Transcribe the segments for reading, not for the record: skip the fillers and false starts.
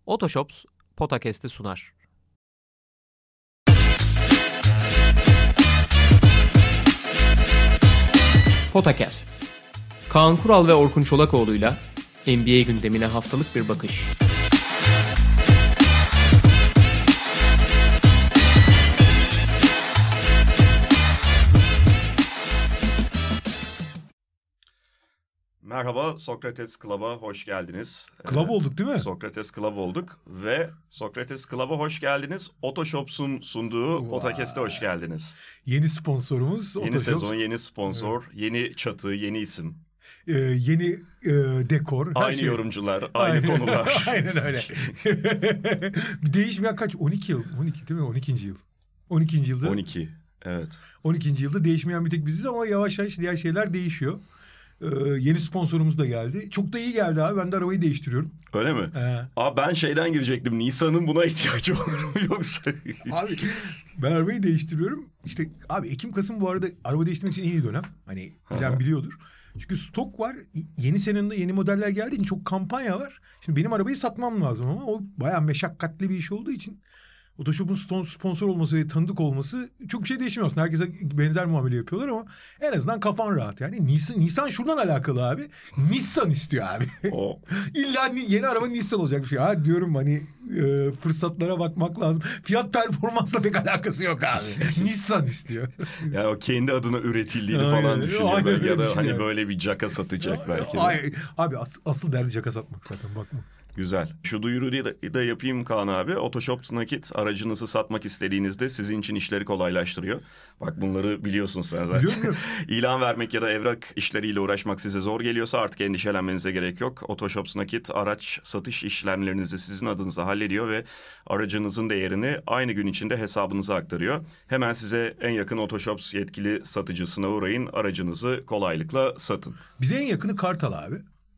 Otoshops Podcast'i sunar. Podcast. Kaan Kural ve Orkun Çolakoğlu'yla NBA gündemine haftalık bir bakış. Merhaba, Sokrates Club'a hoş geldiniz. Club olduk değil mi? Sokrates Club olduk ve Sokrates Club'a hoş geldiniz. Otoshops'un sunduğu Podcast'e hoş geldiniz. Yeni sponsorumuz Yeni Otoshops. sezon, yeni sponsor, yeni çatı, yeni isim. Yeni dekor. Aynı şey. yorumcular, aynı konular. Aynen öyle. Değişmeyen kaç? 12 yıl. 12 değil mi? 12. yıl. 12. yılda. 12, evet. 12. yılda değişmeyen bir tek biziz ama yavaş yavaş diğer şeyler değişiyor. Yeni sponsorumuz da geldi. Çok da iyi geldi abi. Ben de arabayı değiştiriyorum. Öyle mi? Abi ben şeyden girecektim. Nisan'ın buna ihtiyacı olur mu yoksa? Abi ben arabayı değiştiriyorum. İşte abi Ekim-Kasım bu arada araba değiştirmek için iyi dönem. Hani bilen biliyordur. Çünkü stok var. Yeni senenin yeni modeller geldiği için çok kampanya var. Şimdi benim arabayı satmam lazım ama o bayağı meşakkatli bir iş olduğu için Otoshop'un sponsor olması ve tanıdık olması çok bir şey değişmiyor aslında. Herkese benzer muamele yapıyorlar ama en azından kafan rahat yani. Nissan şuradan alakalı abi. Nissan istiyor abi. İlla yeni araba Nissan olacak. Ya diyorum hani fırsatlara bakmak lazım. Fiyat performansla pek alakası yok abi. Nissan istiyor. Yani o kendi adına üretildiğini falan düşünüyor. Belki ya da hani böyle bir caka satacak belki de. Abi asıl derdi caka satmak zaten bakma. Güzel. Şu duyuruyu da yapayım Kaan abi. Otoshops nakit aracınızı satmak istediğinizde sizin için işleri kolaylaştırıyor. Bak bunları biliyorsun sen zaten. Biliyorum. İlan vermek ya da evrak işleriyle uğraşmak size zor geliyorsa artık endişelenmenize gerek yok. Otoshops nakit araç satış işlemlerinizi sizin adınıza hallediyor ve aracınızın değerini aynı gün içinde hesabınıza aktarıyor. Hemen size en yakın Otoshops yetkili satıcısına uğrayın. Aracınızı kolaylıkla satın. Bize en yakını Kartal abi.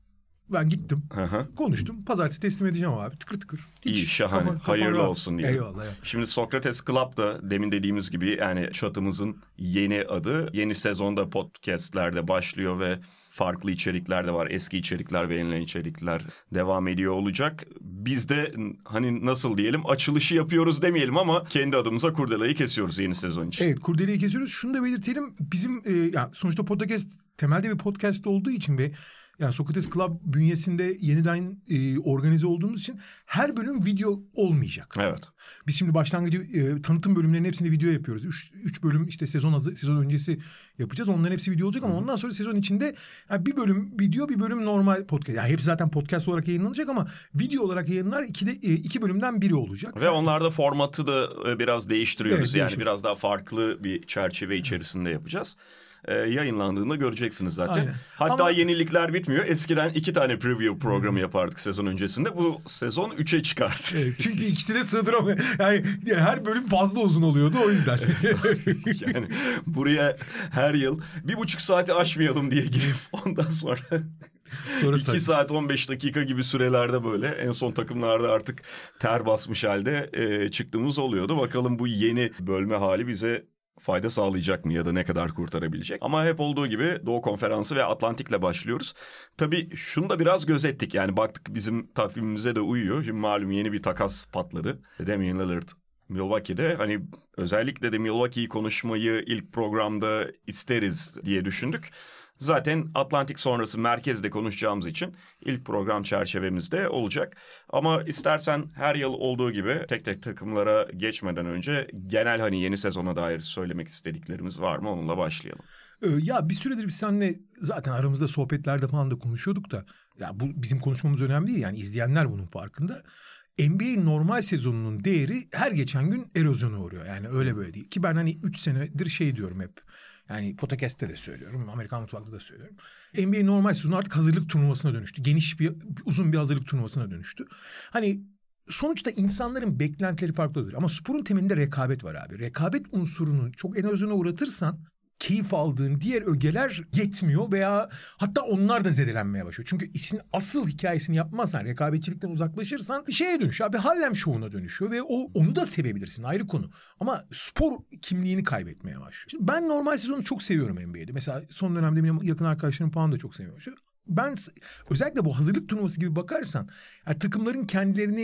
Ben gittim, Hı-hı. konuştum. Pazartesi teslim edeceğim abi. Tıkır tıkır. İyi, şahane. Hayırlı rahat olsun diye. Eyvallah. Şimdi Sokrates Club da demin dediğimiz gibi yani çatımızın yeni adı. Yeni sezonda podcastlerde başlıyor ve farklı içerikler de var. Eski içerikler ve yenilen içerikler devam ediyor olacak. Biz de hani nasıl diyelim açılışı yapıyoruz demeyelim ama kendi adımıza kurdelayı kesiyoruz yeni sezon için. Evet, kurdelayı kesiyoruz. Şunu da belirtelim. Bizim yani sonuçta podcast temelde bir podcast olduğu için ve yani Sokrates Club bünyesinde yeniden organize olduğumuz için her bölüm video olmayacak. Evet. Biz şimdi başlangıcı tanıtım bölümlerinin hepsini video yapıyoruz. 3 bölüm işte sezon öncesi yapacağız. Onların hepsi video olacak ama ondan sonra sezon içinde yani bir bölüm video, bir bölüm normal podcast. Yani hepsi zaten podcast olarak yayınlanacak ama video olarak yayınlar iki bölümden biri olacak. Ve onlarda formatı da biraz değiştiriyoruz. Evet, yani biraz daha farklı bir çerçeve içerisinde yapacağız. Yayınlandığında göreceksiniz zaten. Aynen. Hatta ama yenilikler bitmiyor. Eskiden 2 tane preview programı yapardık sezon öncesinde. Bu sezon 3'e çıkardı. Evet, çünkü ikisine sığdıramıyor. Yani her bölüm fazla uzun oluyordu o yüzden. Yani buraya her yıl 1,5 saati aşmayalım diye girip ondan sonra 2 saat 15 dakika gibi sürelerde böyle en son takımlarda artık ter basmış halde çıktığımız oluyordu. Bakalım bu yeni bölme hali bize fayda sağlayacak mı ya da ne kadar kurtarabilecek? Ama hep olduğu gibi Doğu Konferansı ve Atlantik'le başlıyoruz. Tabii şunu da biraz gözettik. Yani baktık bizim takvimimize de uyuyor. Şimdi malum yeni bir takas patladı. Damian Lillard Milwaukee'de. Hani özellikle de Milwaukee'yi konuşmayı ilk programda isteriz diye düşündük. Zaten Atlantik sonrası merkezde konuşacağımız için ilk program çerçevemizde olacak. Ama istersen her yıl olduğu gibi tek tek takımlara geçmeden önce genel hani yeni sezona dair söylemek istediklerimiz var mı? Onunla başlayalım. Ya bir süredir biz seninle zaten aramızda sohbetlerde falan da konuşuyorduk da ya bu bizim konuşmamız önemli değil yani izleyenler bunun farkında. NBA normal sezonunun değeri her geçen gün erozyona uğruyor. Yani öyle böyle değil. Ki ben hani 3 senedir şey diyorum hep. Yani podcast'te de söylüyorum. Amerikan Mutfak'ta da söylüyorum. NBA normal sezonu artık hazırlık turnuvasına dönüştü. Geniş uzun bir hazırlık turnuvasına dönüştü. Hani sonuçta insanların beklentileri farklıdır. Ama sporun temelinde rekabet var abi. Rekabet unsurunu çok erozyona uğratırsan keyif aldığın diğer ögeler yetmiyor veya hatta onlar da zedelenmeye başlıyor. Çünkü işin asıl hikayesini yapmazsan, rekabetçilikten uzaklaşırsan bir şeye dönüşüyor. Bir Harlem Show'una dönüşüyor ve onu da sevebilirsin, ayrı konu. Ama spor kimliğini kaybetmeye başlıyor. Şimdi ben normal sezonu çok seviyorum NBA'de. Mesela son dönemde benim yakın arkadaşlarım falan da çok seviyor. Ben özellikle bu hazırlık turnuvası gibi bakarsan yani takımların kendilerini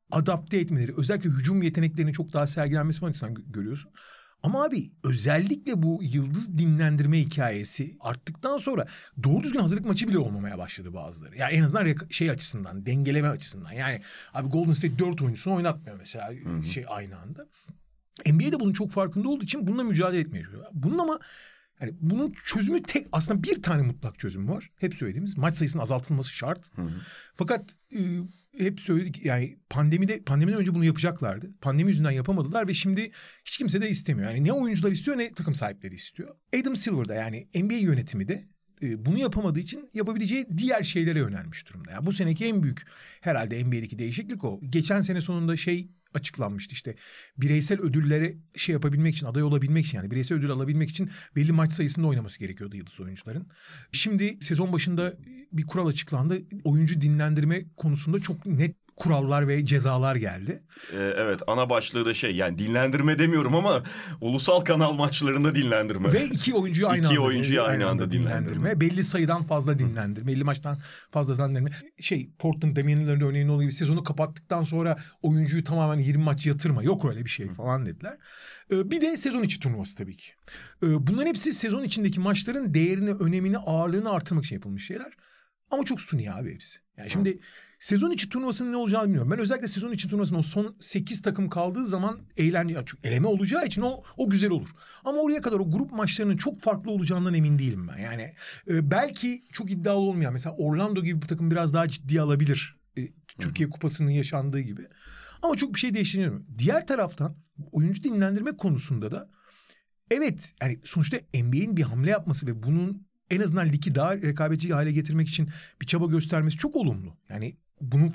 adapte etmeleri, özellikle hücum yeteneklerinin çok daha sergilenmesi falan sen görüyorsun. Ama abi özellikle bu yıldız dinlendirme hikayesi arttıktan sonra doğru düzgün hazırlık maçı bile olmamaya başladı bazıları. Yani en azından şey açısından, dengeleme açısından. Yani abi Golden State 4 oyuncusunu oynatmıyor mesela aynı anda. NBA'de bunun çok farkında olduğu için bununla mücadele etmeye çalışıyor. Bunun ama yani bunun çözümü aslında bir tane mutlak çözüm var. Hep söylediğimiz maç sayısının azaltılması şart. Fakat hep söyledik yani pandemiden önce bunu yapacaklardı. Pandemi yüzünden yapamadılar ve şimdi hiç kimse de istemiyor. Yani ne oyuncular istiyor ne takım sahipleri istiyor. Adam Silver'da yani NBA yönetimi de bunu yapamadığı için yapabileceği diğer şeylere yönelmiş durumda. Yani bu seneki en büyük herhalde NBA'deki değişiklik o. Geçen sene sonunda açıklanmıştı işte bireysel ödüllere yapabilmek için, aday olabilmek için yani bireysel ödül alabilmek için belli maç sayısında oynaması gerekiyordu yıldız oyuncuların. Şimdi sezon başında bir kural açıklandı. Oyuncu dinlendirme konusunda çok net kurallar ve cezalar geldi. Evet, ana başlığı da yani dinlendirme demiyorum ama ulusal kanal maçlarında dinlendirme. Ve iki oyuncuyu aynı anda dinlendirme. Belli sayıdan fazla dinlendirme. 50 maçtan fazla dinlendirme. Portland Damian Lillard'ın örneğin olduğu gibi sezonu kapattıktan sonra oyuncuyu tamamen 20 maç yatırma. Yok öyle bir şey falan dediler. Bir de sezon içi turnuvası tabii ki. Bunların hepsi sezon içindeki maçların değerini, önemini, ağırlığını artırmak için yapılmış şeyler. Ama çok suni abi hepsi. Yani şimdi sezon içi turnuvasının ne olacağını bilmiyorum. Ben özellikle sezon içi turnuvasının o son 8 takım kaldığı zaman eğlence, çünkü eleme olacağı için o güzel olur. Ama oraya kadar o grup maçlarının çok farklı olacağından emin değilim ben. Yani belki çok iddialı olmayan mesela Orlando gibi bir takım biraz daha ciddiye alabilir. Türkiye Kupası'nın yaşandığı gibi. Ama çok bir şey değiştirmiyor. Diğer taraftan oyuncu dinlendirme konusunda da evet yani sonuçta NBA'in bir hamle yapması ve bunun en azından ligi daha rekabetçi hale getirmek için bir çaba göstermesi çok olumlu. Yani bunun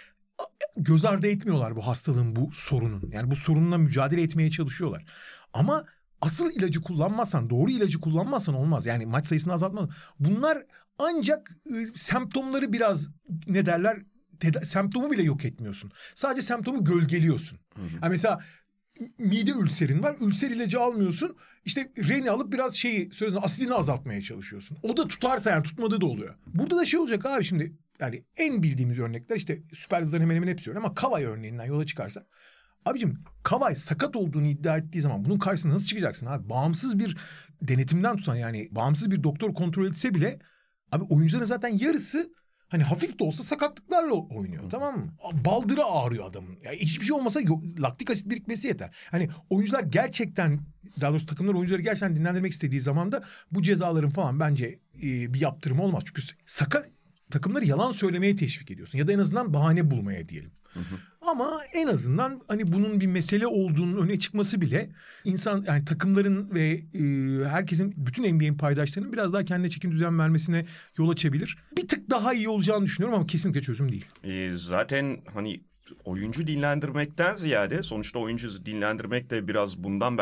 göz ardı etmiyorlar bu hastalığın, bu sorunun. Yani bu sorunla mücadele etmeye çalışıyorlar. Ama asıl ilacı kullanmazsan, doğru ilacı kullanmazsan olmaz. Yani maç sayısını azaltman. Bunlar ancak semptomları biraz semptomu bile yok etmiyorsun. Sadece semptomu gölgeliyorsun. Yani mesela mide ülserin var. Ülser ilacı almıyorsun. İşte reni alıp biraz asidini azaltmaya çalışıyorsun. O da tutarsa yani tutmadığı da oluyor. Burada da olacak abi şimdi. Yani en bildiğimiz örnekler işte süper yıldızların hemen hemen hepsi öyle ama Kawhi örneğinden yola çıkarsak. Abicim Kawhi sakat olduğunu iddia ettiği zaman bunun karşısına nasıl çıkacaksın abi? Bağımsız bir denetimden tutan yani bağımsız bir doktor kontrol etse bile abi oyuncuların zaten yarısı hani hafif de olsa sakatlıklarla oynuyor, tamam mı? Baldırı ağrıyor adamın. Yani hiçbir şey olmasa laktik asit birikmesi yeter. Hani oyuncular gerçekten, daha doğrusu takımlar oyuncuları gerçekten dinlendirmek istediği zaman da bu cezaların falan bence bir yaptırımı olmaz. Çünkü takımları yalan söylemeye teşvik ediyorsun. Ya da en azından bahane bulmaya diyelim. Ama en azından hani bunun bir mesele olduğunun öne çıkması bile yani takımların ve herkesin, bütün NBA'in paydaşlarının biraz daha kendine çekim düzen vermesine yol açabilir. Bir tık daha iyi olacağını düşünüyorum ama kesinlikle çözüm değil. Zaten hani oyuncu dinlendirmekten ziyade sonuçta oyuncu dinlendirmek de biraz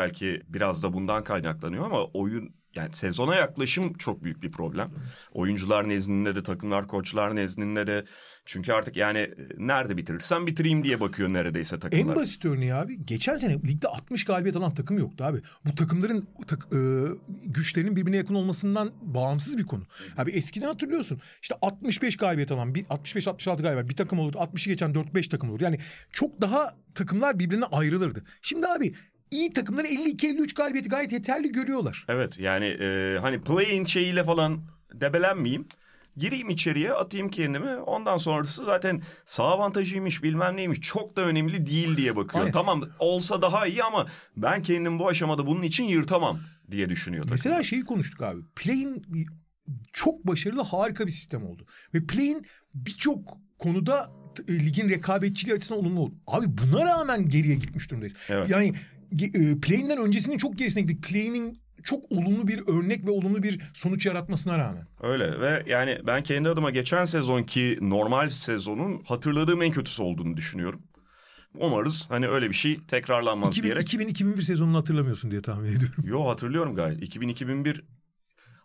bundan kaynaklanıyor ama yani sezona yaklaşım çok büyük bir problem. Oyuncular nezdinde de, takımlar, koçlar nezdinde de. Çünkü artık yani nerede bitirirsem bitireyim diye bakıyor neredeyse takımlar. En basit örneği abi. Geçen sene ligde 60 galibiyet alan takım yoktu abi. Bu takımların güçlerinin birbirine yakın olmasından bağımsız bir konu. Abi eskiden hatırlıyorsun. İşte 65 galibiyet alan, 65-66 galibiyet bir takım olurdu. 60'ı geçen 4-5 takım olurdu. Yani çok daha takımlar birbirine ayrılırdı. Şimdi abi iyi takımlar 52-53 galibiyeti gayet yeterli görüyorlar. Evet yani hani play-in şeyiyle falan debelenmeyeyim. Gireyim içeriye, atayım kendimi. Ondan sonrası zaten saha avantajıymış, bilmem neymiş. Çok da önemli değil diye bakıyor. Aynen. Tamam olsa daha iyi ama ben kendimi bu aşamada bunun için yırtamam diye düşünüyor takım. Mesela şeyi konuştuk abi. Play-in çok başarılı, harika bir sistem oldu. Ve play-in birçok konuda ligin rekabetçiliği açısından olumlu oldu. Abi buna rağmen geriye gitmiş durumdayız. Evet. Yani play-in'den öncesinin çok gerisine gittik. Play-in'in çok olumlu bir örnek ve olumlu bir sonuç yaratmasına rağmen. Öyle ve yani ben kendi adıma geçen sezonki normal sezonun hatırladığım en kötüsü olduğunu düşünüyorum. Umarız hani öyle bir şey tekrarlanmaz diyerek. 2000-2001 sezonunu hatırlamıyorsun diye tahmin ediyorum. Yo hatırlıyorum gayet. 2000-2001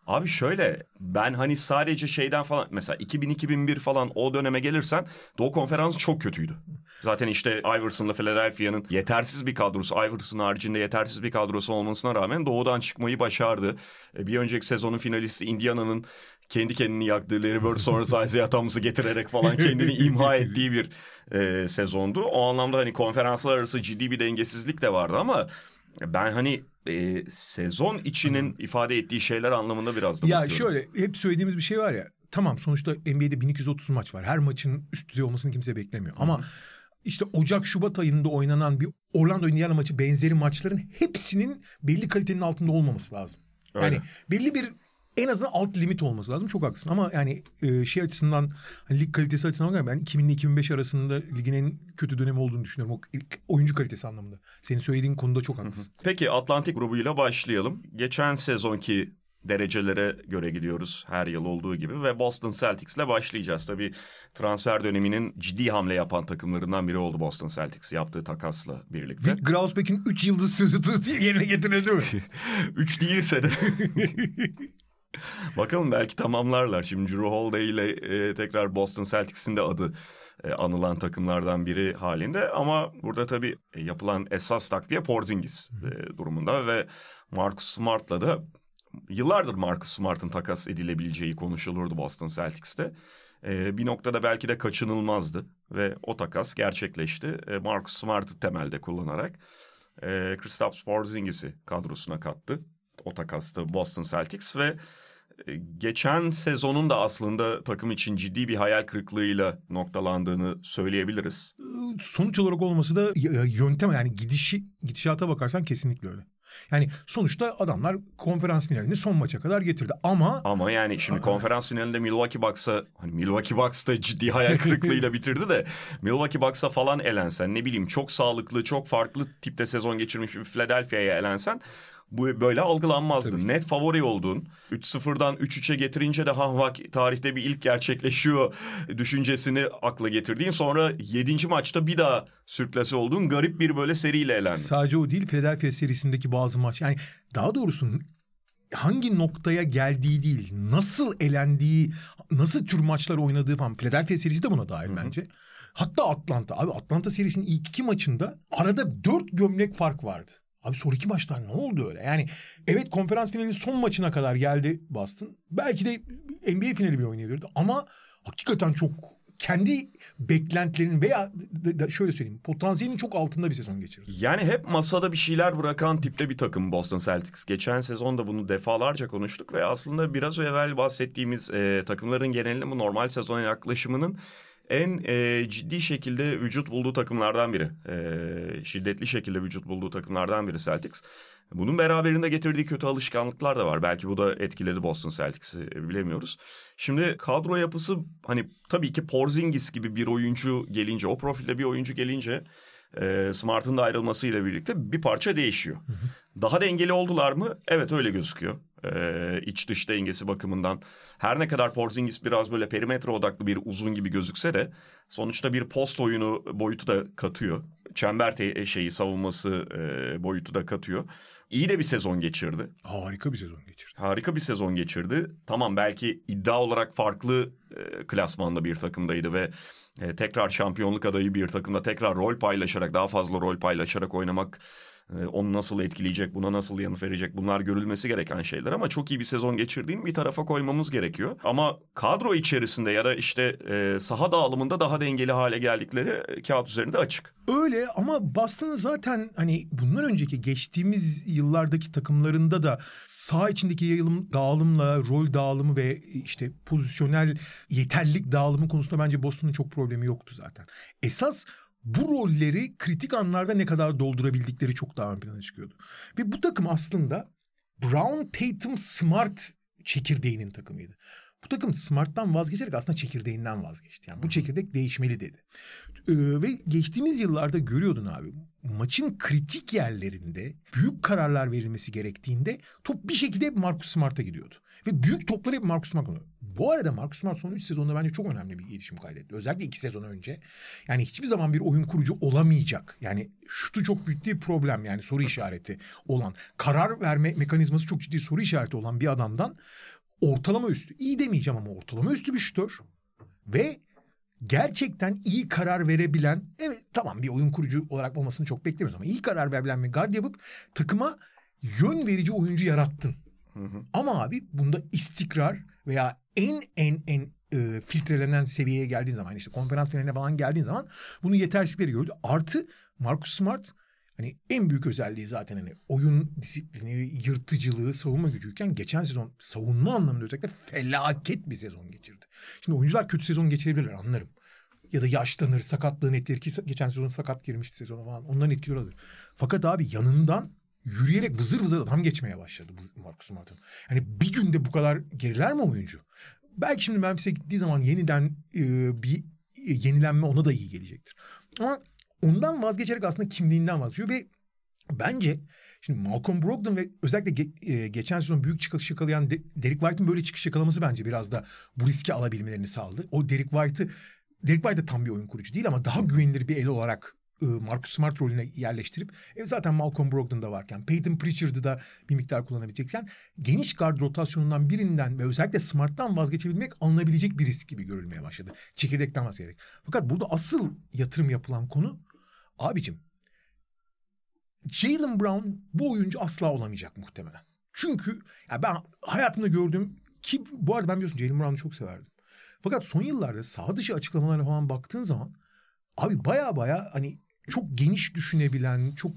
Abi şöyle, ben hani sadece şeyden falan mesela 2000-2001 falan o döneme gelirsen Doğu Konferansı çok kötüydü. Zaten işte Iverson'la Philadelphia'nın yetersiz bir kadrosu, Iverson haricinde yetersiz bir kadrosu olmasına rağmen Doğu'dan çıkmayı başardı. Bir önceki sezonun finalisti Indiana'nın kendi kendini yaktığı, Larry Bird sonrası Isaiah Thomas'ı getirerek falan kendini imha ettiği bir sezondu. O anlamda hani konferanslar arası ciddi bir dengesizlik de vardı ama ben hani sezon içinin ifade ettiği şeyler anlamında biraz da bakıyorum. Ya şöyle, hep söylediğimiz bir şey var ya. Tamam, sonuçta NBA'de 1230 maç var. Her maçın üst düzey olmasını kimse beklemiyor. Ama işte Ocak-Şubat ayında oynanan bir Orlando-Indiana maçı benzeri maçların hepsinin belli kalitenin altında olmaması lazım. Öyle. Yani belli bir en azından alt limit olması lazım. Çok haklısın ama yani şey açısından, hani lig kalitesi açısından bakıyorum, ben 2000 ile 2005 arasında ligin en kötü dönemi olduğunu düşünüyorum. O oyuncu kalitesi anlamında. Senin söylediğin konuda çok haklısın. Peki Atlantik grubuyla başlayalım. Geçen sezonki derecelere göre gidiyoruz her yıl olduğu gibi ve Boston Celtics'le başlayacağız. Tabii transfer döneminin ciddi hamle yapan takımlarından biri oldu Boston Celtics yaptığı takasla birlikte. Vic Grausbeck'in 3 yıldız sözü yerine getirildi mi? 3 değilse de. Bakalım, belki tamamlarlar. Şimdi Drew Holiday ile tekrar Boston Celtics'in de adı anılan takımlardan biri halinde. Ama burada tabii yapılan esas takviye Porzingis durumunda ve Marcus Smart'la da yıllardır Marcus Smart'ın takas edilebileceği konuşulurdu Boston Celtics'te. Bir noktada belki de kaçınılmazdı ve o takas gerçekleşti. Marcus Smart'ı temelde kullanarak Kristaps Porzingis'i kadrosuna kattı. O takastı Boston Celtics ve geçen sezonun da aslında takım için ciddi bir hayal kırıklığıyla noktalandığını söyleyebiliriz. Sonuç olarak olması da yöntem, yani gidişata bakarsan kesinlikle öyle. Yani sonuçta adamlar konferans finalini son maça kadar getirdi ama yani şimdi konferans finalinde Milwaukee Bucks'a, hani Milwaukee Bucks da ciddi hayal kırıklığıyla bitirdi de Milwaukee Bucks'a falan elensen, ne bileyim çok sağlıklı, çok farklı tipte sezon geçirmiş bir Philadelphia'ya elensen bu böyle algılanmazdı. Tabii. Net favori olduğun, 3-0'dan 3-3'e getirince de tarihte bir ilk gerçekleşiyor düşüncesini akla getirdiğin, sonra 7. maçta bir daha sürklase olduğun garip bir böyle seriyle elendin. Sadece o değil, Philadelphia serisindeki bazı maç, yani daha doğrusu hangi noktaya geldiği değil, nasıl elendiği, nasıl tür maçlar oynadığı falan. Philadelphia serisi de buna dahil bence. Hatta Atlanta serisinin ilk 2 maçında arada 4 gömlek fark vardı. Abi son 2 maçlar ne oldu öyle? Yani evet, konferans finalinin son maçına kadar geldi Boston. Belki de NBA finali bir oynayabilirdi ama hakikaten çok kendi beklentilerinin veya şöyle söyleyeyim, potansiyelinin çok altında bir sezon geçirdi. Yani hep masada bir şeyler bırakan tipte bir takım Boston Celtics. Geçen sezon da bunu defalarca konuştuk ve aslında biraz evvel bahsettiğimiz takımların genelinde bu normal sezona yaklaşımının en ciddi şekilde vücut bulduğu takımlardan biri. Şiddetli şekilde vücut bulduğu takımlardan biri Celtics. Bunun beraberinde getirdiği kötü alışkanlıklar da var. Belki bu da etkiledi Boston Celtics'i, bilemiyoruz. Şimdi kadro yapısı, hani tabii ki Porzingis gibi bir oyuncu gelince, o profilde bir oyuncu gelince Smart'ın da ayrılmasıyla birlikte bir parça değişiyor. Daha dengeli oldular mı? Evet, öyle gözüküyor. İç dış dengesi bakımından. Her ne kadar Porzingis biraz böyle perimetre odaklı bir uzun gibi gözükse de sonuçta bir post oyunu boyutu da katıyor. Çember savunması boyutu da katıyor. İyi de bir sezon geçirdi. Harika bir sezon geçirdi. Tamam, belki iddia olarak farklı klasmanda bir takımdaydı ve tekrar şampiyonluk adayı bir takımda tekrar rol paylaşarak, daha fazla rol paylaşarak oynamak onu nasıl etkileyecek, buna nasıl yanıt verecek, bunlar görülmesi gereken şeyler ama çok iyi bir sezon geçirdiğini bir tarafa koymamız gerekiyor. Ama kadro içerisinde ya da işte saha dağılımında daha dengeli hale geldikleri kağıt üzerinde açık. Öyle ama Boston'ın zaten hani bundan önceki geçtiğimiz yıllardaki takımlarında da saha içindeki dağılımla, rol dağılımı ve işte pozisyonel yeterlilik dağılımı konusunda bence Boston'ın çok problemi yoktu zaten. Esas bu rolleri kritik anlarda ne kadar doldurabildikleri çok daha ön plana çıkıyordu. Ve bu takım aslında Brown, Tatum, Smart çekirdeğinin takımıydı. Bu takım Smart'tan vazgeçerek aslında çekirdeğinden vazgeçti. Yani bu çekirdek değişmeli dedi. Ve geçtiğimiz yıllarda görüyordun abi. Maçın kritik yerlerinde büyük kararlar verilmesi gerektiğinde top bir şekilde Marcus Smart'a gidiyordu. Ve büyük topları hep Marcus Smart oynuyordu. Bu arada Marcus Smart son 3 sezonda bence çok önemli bir gelişim kaydetti. Özellikle 2 sezon önce. Yani hiçbir zaman bir oyun kurucu olamayacak. Yani şutu çok büyük bir problem, yani soru işareti olan. Karar verme mekanizması çok ciddi soru işareti olan bir adamdan ortalama üstü, iyi demeyeceğim ama ortalama üstü bir şutör ve gerçekten iyi karar verebilen, evet tamam bir oyun kurucu olarak olmasını çok beklemiyoruz ama iyi karar verebilen bir guard yapıp takıma yön verici oyuncu yarattın. Ama abi bunda istikrar veya en filtrelenen seviyeye geldiğin zaman, işte konferans finaline falan geldiğin zaman bunun yetersizlikleri gördü. Artı Marcus Smart hani en büyük özelliği zaten hani oyun disiplini, yırtıcılığı, savunma gücüyken geçen sezon savunma anlamında özellikle felaket bir sezon geçirdi. Şimdi oyuncular kötü sezon geçirebilirler, anlarım. Ya da yaşlanır, sakatlığın etkileri, ki geçen sezon sakat girmişti sezona falan. Onların etkileri alır. Fakat abi yanından yürüyerek vızır vızır adam geçmeye başladı Marcus Smart'ın. Yani bir günde bu kadar geriler mi oyuncu? Belki şimdi Memphis'e gittiği zaman yeniden bir yenilenme ona da iyi gelecektir. Ama ondan vazgeçerek aslında kimliğinden vazgeçiyor ve bence şimdi Malcolm Brogdon ve özellikle geçen sezon büyük çıkış yakalayan Derek White'ın böyle çıkış yakalaması bence biraz da bu riski alabilmelerini sağladı. O Derek White de tam bir oyun kurucu değil ama daha güvenilir bir el olarak Marcus Smart rolüne yerleştirip zaten Malcolm Brogdon'da varken, Peyton Pritchard'ı da bir miktar kullanabilecekken geniş guard rotasyonundan birinden ve özellikle Smart'tan vazgeçebilmek alınabilecek bir risk gibi görülmeye başladı. Çekirdekten vazgeçerek. Fakat burada asıl yatırım yapılan konu abicim Jaylen Brown bu oyuncu asla olamayacak muhtemelen. Çünkü ya ben hayatımda gördüğüm ki bu arada ben biliyorsun Jaylen Brown'u çok severdim. Fakat son yıllarda saha dışı açıklamalarına falan baktığın zaman abi baya hani çok geniş düşünebilen, çok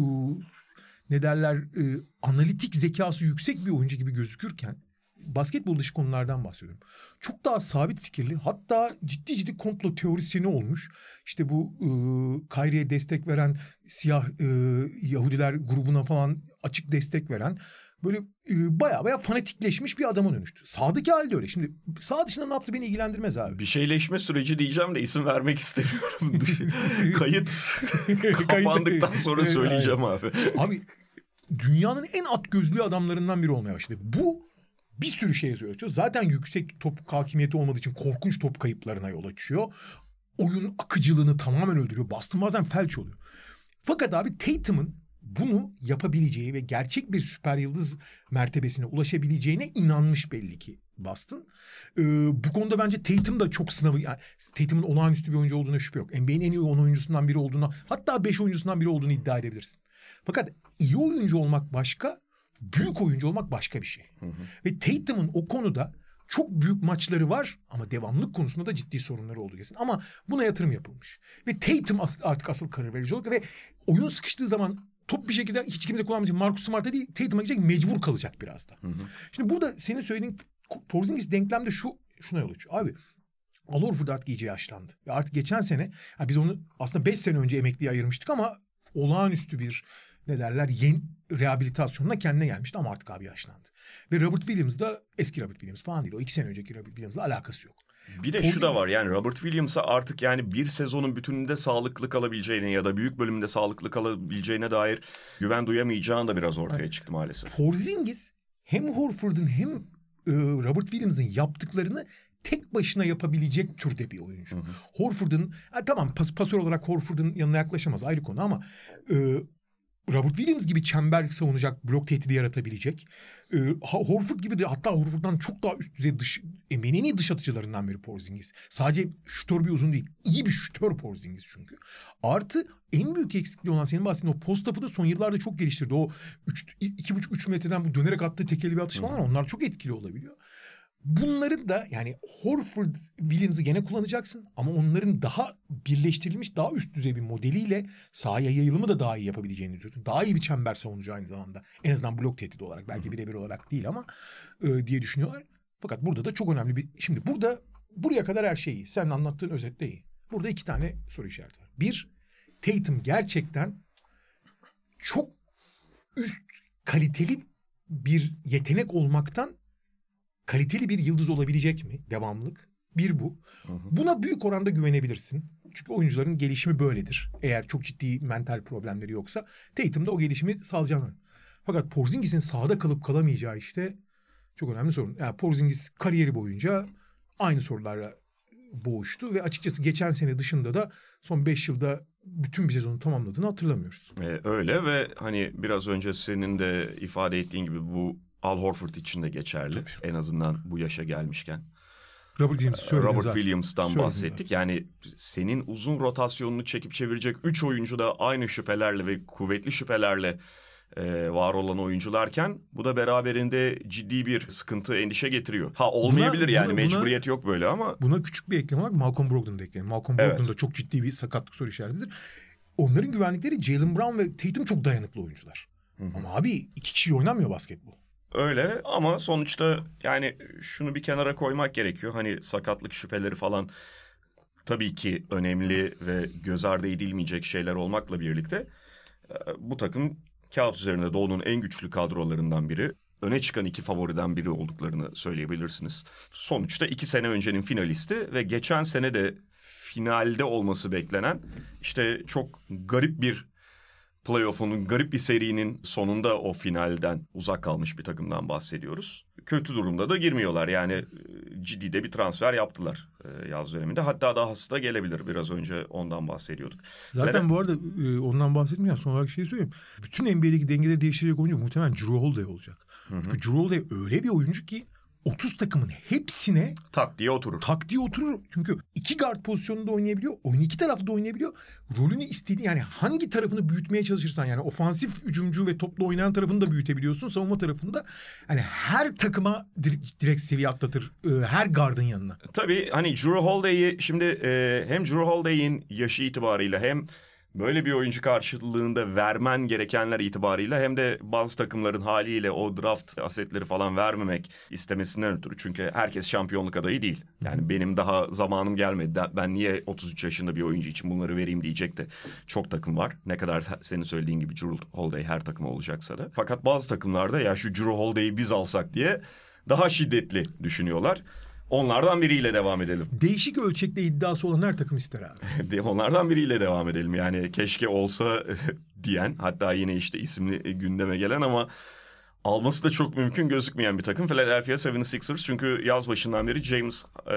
analitik zekası yüksek bir oyuncu gibi gözükürken basketbol dışı konulardan bahsediyorum. Çok daha sabit fikirli, hatta ciddi komplo teorisyeni olmuş. İşte bu Kyrie'ye destek veren siyah Yahudiler grubuna falan açık destek veren böyle baya fanatikleşmiş bir adama dönüştü. Sağdaki halde öyle. Şimdi sağ dışında ne yaptı beni ilgilendirmez abi. Bir şeyleşme süreci diyeceğim de isim vermek istemiyorum. Kayıt kapandıktan sonra söyleyeceğim abi. Abi dünyanın en at gözlü adamlarından biri olmaya başladı. Bu bir sürü şeye yol açıyor. Zaten yüksek top hakimiyeti olmadığı için korkunç top kayıplarına yol açıyor. Oyun akıcılığını tamamen öldürüyor. Boston bazen felç oluyor. Fakat abi Tatum'un bunu yapabileceği ve gerçek bir süper yıldız mertebesine ulaşabileceğine inanmış belli ki Boston. Bu konuda bence Tatum da çok sınavı. Yani Tatum'un olağanüstü bir oyuncu olduğuna şüphe yok. NBA'nin en iyi 10 oyuncusundan biri olduğuna, hatta 5 oyuncusundan biri olduğunu iddia edebilirsin. Fakat iyi oyuncu olmak başka, büyük oyuncu olmak başka bir şey. Ve Tatum'un o konuda çok büyük maçları var ama devamlılık konusunda da ciddi sorunları olduğu kesin. Ama buna yatırım yapılmış. Ve Tatum artık asıl karar verici olacak ve oyun sıkıştığı zaman top bir şekilde hiç kimse kullanmayacak. Marcus Smart'a değil Tatum'a gidecek, mecbur kalacak biraz da. Şimdi burada senin söylediğin Porzingis denklemde şuna yol açıyor. Abi Al Horford artık iyice yaşlandı. Ve artık geçen sene biz onu aslında 5 sene önce emekliye ayırmıştık ama olağanüstü bir yeni rehabilitasyonla kendine gelmişti ama artık abi yaşlandı. Ve Robert Williams da eski Robert Williams falan değil. O 2 sene önceki Robert Williams'la alakası yok. Bir de şu da var yani Robert Williams'a artık yani bir sezonun bütününde sağlıklı kalabileceğine ya da büyük bölümünde sağlıklı kalabileceğine dair güven duyamayacağını da biraz ortaya çıktı maalesef. Porzingis hem Horford'un hem Robert Williams'ın yaptıklarını tek başına yapabilecek türde bir oyuncu. Horford'un tamam pasör olarak Horford'un yanına yaklaşamaz ayrı konu ama Robert Williams gibi çember savunacak, blok tehdidi yaratabilecek. Horford gibi de hatta Horford'dan çok daha üst düzey NBA'nin en iyi dış atıcılarından biri Porzingis. Sadece şütör bir uzun değil. İyi bir şütör Porzingis çünkü. Artı en büyük eksikliği olan senin bahsettiğin o post-up'ı da son yıllarda çok geliştirdi. O 2,5-3 metreden bu dönerek attığı tekeli bir atış falan onlar çok etkili olabiliyor. Bunların da yani Horford, Williams'ı gene kullanacaksın ama onların daha birleştirilmiş, daha üst düzey bir modeliyle sahaya yayılımı da daha iyi yapabileceğini düşünüyorsun. Daha iyi bir çember savunucu aynı zamanda. En azından blok tehdidi olarak, belki birebir olarak değil ama diye düşünüyorlar. Fakat burada da çok önemli bir... Şimdi buraya kadar her şey iyi. Sen anlattığın özetle iyi. Burada 2 tane soru işareti var. 1, Tatum gerçekten çok üst kaliteli bir yetenek olmaktan kaliteli bir yıldız olabilecek mi? Devamlılık. Bir bu. Buna büyük oranda güvenebilirsin. Çünkü oyuncuların gelişimi böyledir. Eğer çok ciddi mental problemleri yoksa Tatum da o gelişimi sağlayacağını. Fakat Porzingis'in sahada kalıp kalamayacağı işte çok önemli sorun. Yani Porzingis kariyeri boyunca aynı sorularla boğuştu ve açıkçası geçen sene dışında da son 5 yılda bütün bir sezonu tamamladığını hatırlamıyoruz. Öyle ve hani biraz önce senin de ifade ettiğin gibi bu Al Horford için de geçerli. Tabii. En azından bu yaşa gelmişken. Robert Williams'tan bahsettik. Yani senin uzun rotasyonunu çekip çevirecek 3 oyuncu da aynı şüphelerle ve kuvvetli şüphelerle var olan oyuncularken bu da beraberinde ciddi bir sıkıntı, endişe getiriyor. Olmayabilir mecburiyet yok böyle ama. Buna küçük bir ekleme olarak Malcolm Brogdon'u da ekleyelim. Malcolm Brogdon da çok ciddi bir sakatlık soru işaretidir. Onların güvenlikleri Jaylen Brown ve Tatum çok dayanıklı oyuncular. Ama abi 2 kişi oynanmıyor basketbol. Öyle ama sonuçta yani şunu bir kenara koymak gerekiyor. Hani sakatlık şüpheleri falan tabii ki önemli ve göz ardı edilmeyecek şeyler olmakla birlikte bu takım kağıt üzerinde Doğu'nun en güçlü kadrolarından biri. Öne çıkan 2 favoriden biri olduklarını söyleyebilirsiniz. Sonuçta 2 sene öncenin finalisti ve geçen sene de finalde olması beklenen işte çok garip bir playoff'un, garip bir serinin sonunda o finalden uzak kalmış bir takımdan bahsediyoruz. Kötü durumda da girmiyorlar. Yani ciddi de bir transfer yaptılar yaz döneminde. Hatta dahası da gelebilir. Biraz önce ondan bahsediyorduk. Zaten bu arada ondan bahsetmeyeceğim. Son olarak şey söyleyeyim. Bütün NBA'deki dengeleri değiştirecek oyuncu muhtemelen Jrue Holiday olacak. Çünkü Jrue Holiday öyle bir oyuncu ki 30 takımın hepsine tak diye oturur. Çünkü 2 guard pozisyonunda oynayabiliyor. Oyun 2 tarafta da oynayabiliyor. Rolünü istediği yani hangi tarafını büyütmeye çalışırsan yani ofansif hücumcu ve topla oynayan tarafını da büyütebiliyorsun. Savunma tarafında hani her takıma direkt seviye atlatır her guardın yanına. Tabii hani Jrue Holiday'i şimdi hem Jrue Holiday'in yaşı itibarıyla hem böyle bir oyuncu karşılığında vermen gerekenler itibarıyla hem de bazı takımların haliyle o draft asetleri falan vermemek istemesinden ötürü. Çünkü herkes şampiyonluk adayı değil. Yani benim daha zamanım gelmedi. Ben niye 33 yaşında bir oyuncu için bunları vereyim diyecek de çok takım var. Ne kadar senin söylediğin gibi Jrue Holiday her takım olacaksa da. Fakat bazı takımlarda ya şu Jrue Holiday'i biz alsak diye daha şiddetli düşünüyorlar. Onlardan biriyle devam edelim. Değişik ölçekte iddiası olan her takım ister abi. Onlardan biriyle devam edelim. Yani keşke olsa diyen, hatta yine işte isimli gündeme gelen ama alması da çok mümkün gözükmeyen bir takım Philadelphia 76ers. Çünkü yaz başından beri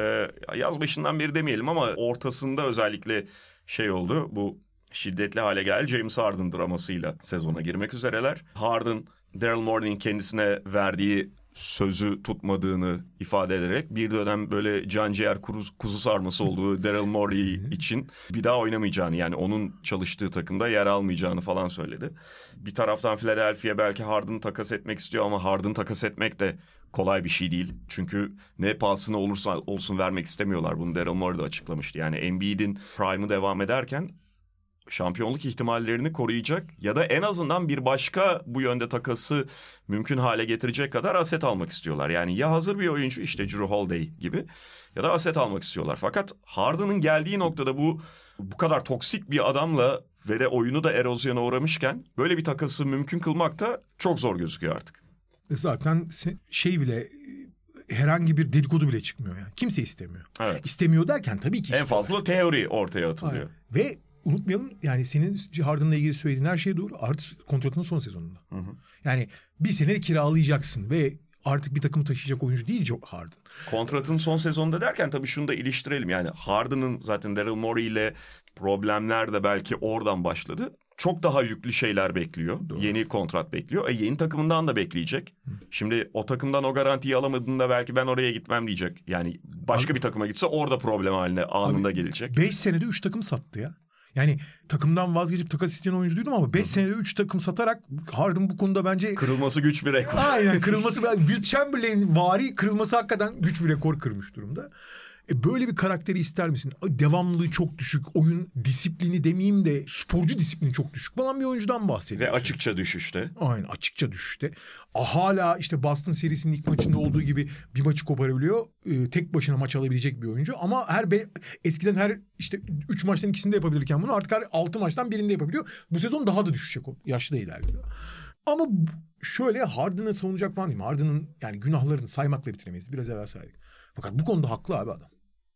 yaz başından beri demeyelim ama ortasında özellikle şey oldu. Bu şiddetli hale geldi. James Harden dramasıyla sezona girmek üzereler. Harden, Daryl Morey'nin kendisine verdiği sözü tutmadığını ifade ederek bir dönem böyle canciğer kuzu sarması olduğu Daryl Morey için bir daha oynamayacağını, yani onun çalıştığı takımda yer almayacağını falan söyledi. Bir taraftan Philadelphia belki Harden'ı takas etmek istiyor ama Harden'ı takas etmek de kolay bir şey değil. Çünkü ne pahasına olursa olsun vermek istemiyorlar. Bunu Daryl Morey de açıklamıştı. Yani Embiid'in prime'ı devam ederken şampiyonluk ihtimallerini koruyacak ya da en azından bir başka bu yönde takası mümkün hale getirecek kadar aset almak istiyorlar. Yani ya hazır bir oyuncu işte Jrue Holiday gibi ya da aset almak istiyorlar. Fakat Harden'ın geldiği noktada bu kadar toksik bir adamla ve de oyunu da erozyona uğramışken böyle bir takası mümkün kılmak da çok zor gözüküyor artık. Zaten şey bile herhangi bir dedikodu bile çıkmıyor yani. Kimse istemiyor. Evet. İstemiyor derken tabii ki istiyorlar. En fazla teori ortaya atılıyor. Aynen. Ve unutmayalım yani senin Harden'la ilgili söylediğin her şey doğru. Artık kontratının son sezonunda. Hı. Yani bir sene kiralayacaksın ve artık bir takımı taşıyacak oyuncu değil Harden. Kontratın son sezonunda derken tabii şunu da iliştirelim. Yani Harden'ın zaten Daryl Morey ile problemler de belki oradan başladı. Çok daha yüklü şeyler bekliyor. Doğru. Yeni kontrat bekliyor. Yeni takımından da bekleyecek. Hı. Şimdi o takımdan o garantiyi alamadığında belki ben oraya gitmem diyecek. Yani başka bir takıma gitse orada problem haline anında gelecek. 5 senede 3 takım sattı ya. Yani takımdan vazgeçip takas isteyen oyuncu duydum ama 5 senede 3 takım satarak Harden bu konuda bence... Kırılması güç bir rekor. Aynen kırılması. Will Chamberlain vari kırılması hakikaten güç bir rekor kırmış durumda. Böyle bir karakteri ister misin? Devamlılığı çok düşük. Oyun disiplini demeyeyim de sporcu disiplini çok düşük falan bir oyuncudan bahsediyoruz. Ve açıkça düşüşte. Aynen açıkça düşüşte. Hala işte Boston serisinin ilk maçında olduğu gibi bir maçı koparabiliyor. Tek başına maç alabilecek bir oyuncu. Ama eskiden her işte 3 maçtan ikisinde yapabilirken bunu artık her 6 maçtan birinde yapabiliyor. Bu sezon daha da düşecek o. Yaşlı da ilerliyor. Ama şöyle Harden'ı savunacak falan değil mi? Harden'ın yani günahlarını saymakla bitiremeyiz. Biraz evvel saydık. Fakat bu konuda haklı abi adam.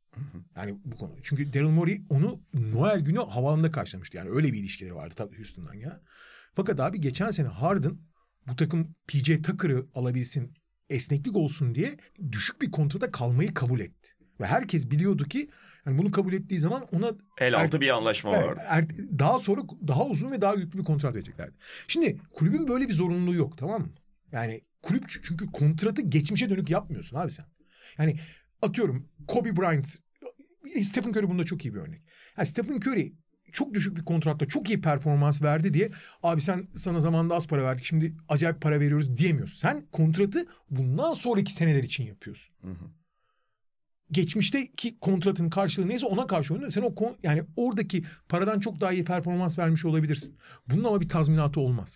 Yani bu konu. Çünkü Daryl Morey onu Noel günü havaalanında karşılamıştı. Yani öyle bir ilişkileri vardı tabii Houston'dan ya. Fakat abi geçen sene Harden bu takım PJ Tucker'ı alabilsin, esneklik olsun diye düşük bir kontrata kalmayı kabul etti. Ve herkes biliyordu ki yani bunu kabul ettiği zaman ona el altı bir anlaşma vardı. Daha sonra daha uzun ve daha yüklü bir kontrat vereceklerdi. Şimdi kulübün böyle bir zorunluluğu yok, tamam mı? Yani kulüp çünkü kontratı geçmişe dönük yapmıyorsun abi sen. Yani atıyorum Kobe Bryant, Stephen Curry bunda çok iyi bir örnek. Yani Stephen Curry çok düşük bir kontratta çok iyi performans verdi diye abi sana zamanında az para verdik şimdi acayip para veriyoruz diyemiyorsun. Sen kontratı bundan sonraki seneler için yapıyorsun. Hı hı. Geçmişteki kontratın karşılığı neyse ona karşı oynuyorsun. Sen yani oradaki paradan çok daha iyi performans vermiş olabilirsin. Bunun ama bir tazminatı olmaz.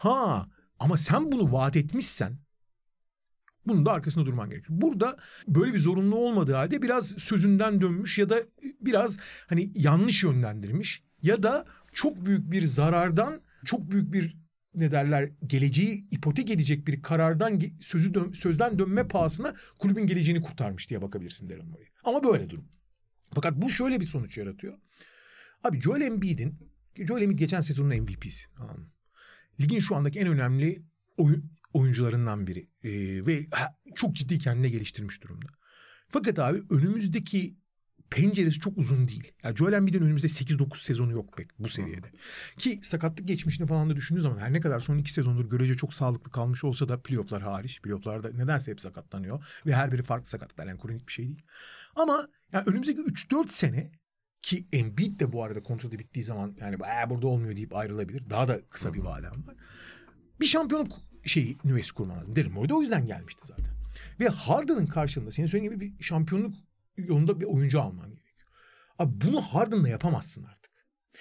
Ama sen bunu vaat etmişsen bunun da arkasında durman gerekir. Burada böyle bir zorunlu olmadığı halde biraz sözünden dönmüş ya da biraz hani yanlış yönlendirmiş ya da çok büyük bir zarardan, çok büyük bir geleceği ipotek edecek bir karardan sözden dönme pahasına kulübün geleceğini kurtarmış diye bakabilirsin Daryl Morey. Ama böyle durum. Fakat bu şöyle bir sonuç yaratıyor. Abi Joel Embiid geçen sezonun MVP'si. Ligin şu andaki en önemli oyuncularından biri. Ve çok ciddi kendine geliştirmiş durumda. Fakat abi önümüzdeki penceresi çok uzun değil. Yani Joel Embiid'in önümüzde 8-9 sezonu yok pek bu seviyede. Ki sakatlık geçmişini falan da düşündüğü zaman her ne kadar son 2 sezondur görece çok sağlıklı kalmış olsa da playoff'lar hariç. Playoff'larda nedense hep sakatlanıyor. Ve her biri farklı sakatlıklar. Yani kronik bir şey değil. Ama yani önümüzdeki 3-4 sene ki Embiid de bu arada kontratı bittiği zaman yani burada olmuyor deyip ayrılabilir. Daha da kısa bir vadem var. Bir şampiyonluk nüvesi kurman lazım. Daryl Morey de o yüzden gelmişti zaten. Ve Harden'ın karşılığında senin söylediğin gibi bir şampiyonluk yolunda bir oyuncu alman gerekiyor. Abi bunu Harden'la yapamazsın artık.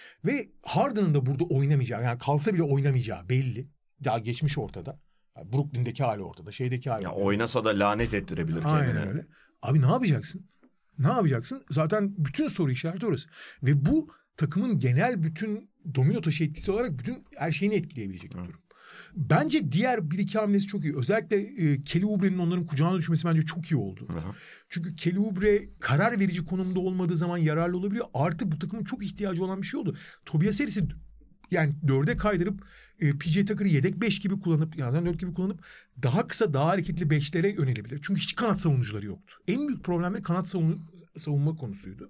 Ve Harden'ın da burada oynamayacağı, yani kalsa bile oynamayacağı belli. Daha geçmiş ortada. Yani Brooklyn'deki hali ortada, şeydeki hali ortada. Oynasa da lanet ettirebilir kendine. Aynen öyle. Abi ne yapacaksın? Ne yapacaksın? Zaten bütün soru işareti orası. Ve bu takımın genel bütün domino taşı etkisi olarak bütün her şeyini etkileyebilecek bir durum. Bence diğer bir iki hamlesi çok iyi. Özellikle Kelly Oubre'nin onların kucağına düşmesi bence çok iyi oldu. Hı-hı. Çünkü Kelly Oubre karar verici konumda olmadığı zaman yararlı olabiliyor. Artı bu takımın çok ihtiyacı olan bir şey oldu. Tobias Harris'i yani 4'e kaydırıp PJ Tucker'ı yedek 5 gibi kullanıp yani 4 gibi kullanıp daha kısa daha hareketli 5'lere yönelebilir. Çünkü hiç kanat savunucuları yoktu. En büyük problemleri kanat savunma konusuydu.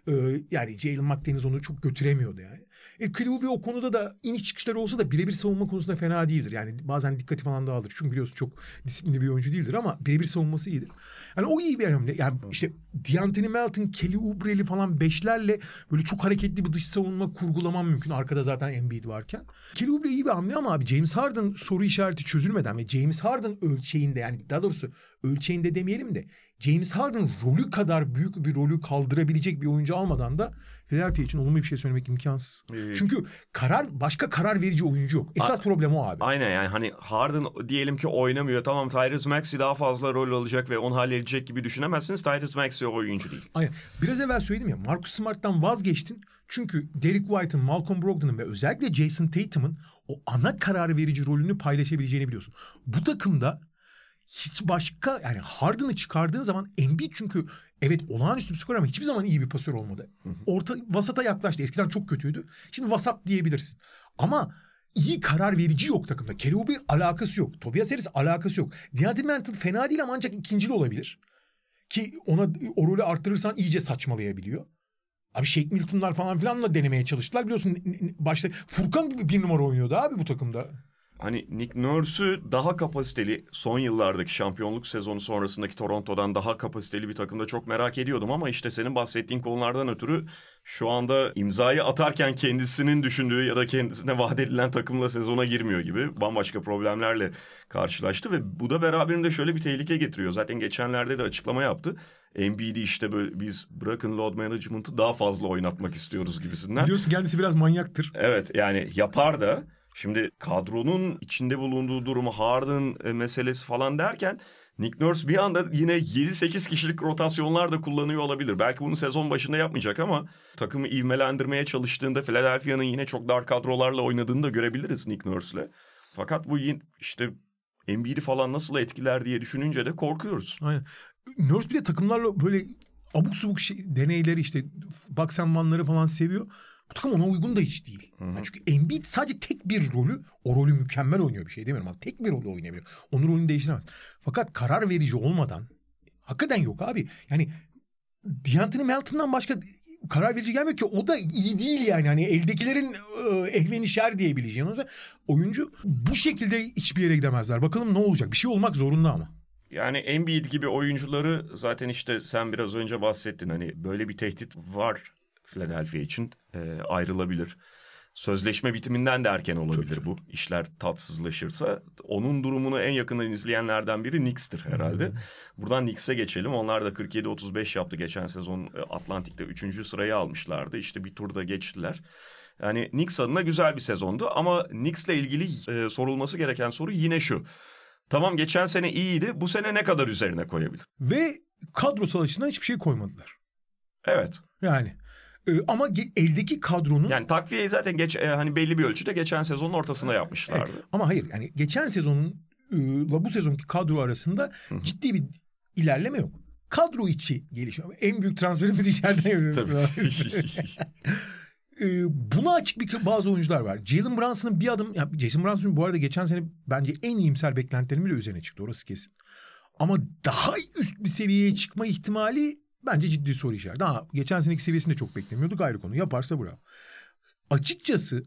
Yani Jalen McDaniels onu çok götüremiyordu yani. Kelly Oubre o konuda da iniş çıkışları olsa da birebir savunma konusunda fena değildir. Yani bazen dikkati falan dağılır. Çünkü biliyorsun çok disiplinli bir oyuncu değildir ama birebir savunması iyidir. Yani o iyi bir hamle. Yani işte D'Anthony Melton, Kelly Oubre'li falan 5'lerle böyle çok hareketli bir dış savunma kurgulamam mümkün. Arkada zaten Embiid varken. Kelly Oubre iyi bir hamle ama abi James Harden soru işareti çözülmeden ve James Harden ölçeğinde yani daha doğrusu ölçeğinde demeyelim de James Harden rolü kadar büyük bir rolü kaldırabilecek bir oyuncu almadan da Philadelphia için olumlu bir şey söylemek imkansız. Çünkü başka karar verici oyuncu yok. Esas problem o abi. Aynen yani hani Harden diyelim ki oynamıyor. Tamam Tyrese Maxey daha fazla rol alacak ve onu halledecek gibi düşünemezsiniz. Tyrese Maxey o oyuncu değil. Aynen. Biraz evvel söyledim ya Marcus Smart'tan vazgeçtin. Çünkü Derek White'ın, Malcolm Brogdon'ın ve özellikle Jason Tatum'ın o ana karar verici rolünü paylaşabileceğini biliyorsun. Bu takımda hiç başka yani Harden'ı çıkardığın zaman Embiid çünkü evet olağanüstü bir skor ama hiçbir zaman iyi bir pasör olmadı. Vasata yaklaştı. Eskiden çok kötüydü. Şimdi vasat diyebilirsin. Ama iyi karar verici yok takımda. Kelly Oubre alakası yok. Tobias Harris alakası yok. D'Anthony Melton fena değil ama ancak ikincili olabilir. Ki ona o rolü arttırırsan iyice saçmalayabiliyor. Abi Shake Milton'lar falan filanla denemeye çalıştılar. Biliyorsun başta Furkan gibi bir numara oynuyordu abi bu takımda. Hani Nick Nurse'ü daha kapasiteli son yıllardaki şampiyonluk sezonu sonrasındaki Toronto'dan daha kapasiteli bir takımda çok merak ediyordum ama işte senin bahsettiğin konulardan ötürü şu anda imzayı atarken kendisinin düşündüğü ya da kendisine vaat edilen takımla sezona girmiyor gibi bambaşka problemlerle karşılaştı ve bu da beraberinde şöyle bir tehlike getiriyor. Zaten geçenlerde de açıklama yaptı. Embiid'i işte böyle biz bırakın load management'ı daha fazla oynatmak istiyoruz gibisinden. Biliyorsun kendisi biraz manyaktır. Evet yani yapar da. Şimdi kadronun içinde bulunduğu durumu Harden meselesi falan derken Nick Nurse bir anda yine 7-8 kişilik rotasyonlar da kullanıyor olabilir. Belki bunu sezon başında yapmayacak ama takımı ivmelendirmeye çalıştığında Philadelphia'nın yine çok dar kadrolarla oynadığını da görebiliriz Nick Nurse'le. Fakat bu işte Embiid'i falan nasıl etkiler diye düşününce de korkuyoruz. Aynen. Nurse bile takımlarla böyle abuk subuk deneyleri işte box and one'ları falan seviyor. Bu takım ona uygun da hiç değil. Yani çünkü Embiid sadece tek bir rolü, o rolü mükemmel oynuyor bir şey demiyorum ama tek bir rolü oynayabiliyor. Onun rolünü değiştiremez. Fakat karar verici olmadan hakikaten yok abi. Yani D'Anthony Melton'dan başka karar verici gelmiyor ki o da iyi değil yani. Hani eldekilerin ehveni şer diyebileceğim. Oyuncu bu şekilde hiçbir yere gidemezler. Bakalım ne olacak? Bir şey olmak zorunda ama. Yani Embiid gibi oyuncuları zaten işte sen biraz önce bahsettin. Hani böyle bir tehdit var Philadelphia için, ayrılabilir. Sözleşme bitiminden de erken olabilir bu. İşler tatsızlaşırsa. Onun durumunu en yakından izleyenlerden biri Knicks'tir herhalde. Buradan Knicks'e geçelim. Onlar da 47-35 yaptı geçen sezon. Atlantik'te 3. sırayı almışlardı. İşte bir turda geçtiler. Yani Knicks adına güzel bir sezondu. Ama Knicks'le ilgili sorulması gereken soru yine şu. Tamam, geçen sene iyiydi. Bu sene ne kadar üzerine koyabilir? Ve kadrosal açıdan hiçbir şey koymadılar. Evet. Yani ama eldeki kadronun... Yani takviyeyi zaten hani belli bir ölçüde geçen sezonun ortasında yapmışlardı. Evet. Ama hayır, yani geçen sezonla bu sezonki kadro arasında ciddi bir ilerleme yok. Kadro içi gelişme. En büyük transferimiz içeriden yapıyoruz. Buna açık bazı oyuncular var. Jalen Brunson'ın bir adım... Yani Jason Brunson bu arada geçen sene bence en iyimser beklentilerimin de üzerine çıktı. Orası kesin. Ama daha üst bir seviyeye çıkma ihtimali bence ciddi soru işareti. Daha geçen seneki seviyesinde çok beklemiyorduk, ayrı konu. Yaparsa bravo. Açıkçası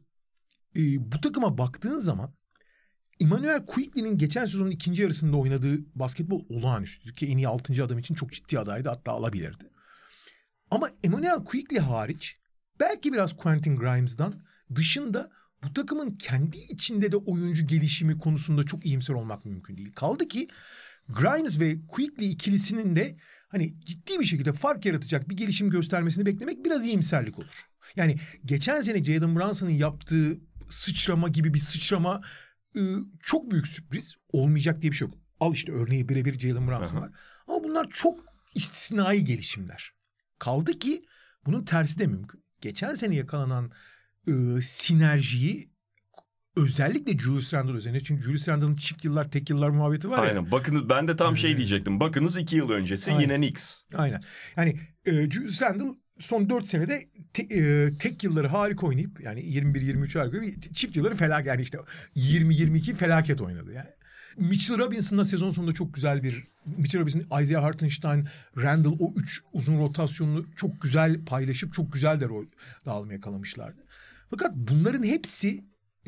bu takıma baktığın zaman Immanuel Quickley'nin geçen sezonun ikinci yarısında oynadığı basketbol olağanüstü. Ki en iyi 6. adam için çok ciddi adaydı, hatta alabilirdi. Ama Immanuel Quickley hariç belki biraz Quentin Grimes'dan dışında bu takımın kendi içinde de oyuncu gelişimi konusunda çok iyimser olmak mümkün değil. Kaldı ki Grimes ve Quickley ikilisinin de hani ciddi bir şekilde fark yaratacak bir gelişim göstermesini beklemek biraz iyimserlik olur. Yani geçen sene Jalen Brunson'ın yaptığı sıçrama gibi bir sıçrama çok büyük sürpriz. Olmayacak diye bir şey yok. Al işte örneği birebir Jalen Brunson var. Ama bunlar çok istisnai gelişimler. Kaldı ki bunun tersi de mümkün. Geçen sene yakalanan sinerjiyi özellikle Julius Randle üzerine. Çünkü Julius Randle'ın çift yıllar tek yıllar muhabbeti var ya. Aynen. Bakınız, ben de tam şey diyecektim. Bakınız 2 yıl öncesi yine Knicks. Aynen. Yani Julius Randle son 4 senede tek yılları harika oynayıp yani 21-23 harika çift yılları felaket, yani işte 20-22 felaket oynadı yani. Mitchell Robinson'la sezon sonunda çok güzel bir Mitchell Robinson, Isaiah Hartenstein, Randle o 3 uzun rotasyonunu çok güzel paylaşıp çok güzel de rol dağılımı yakalamışlardı. Fakat bunların hepsi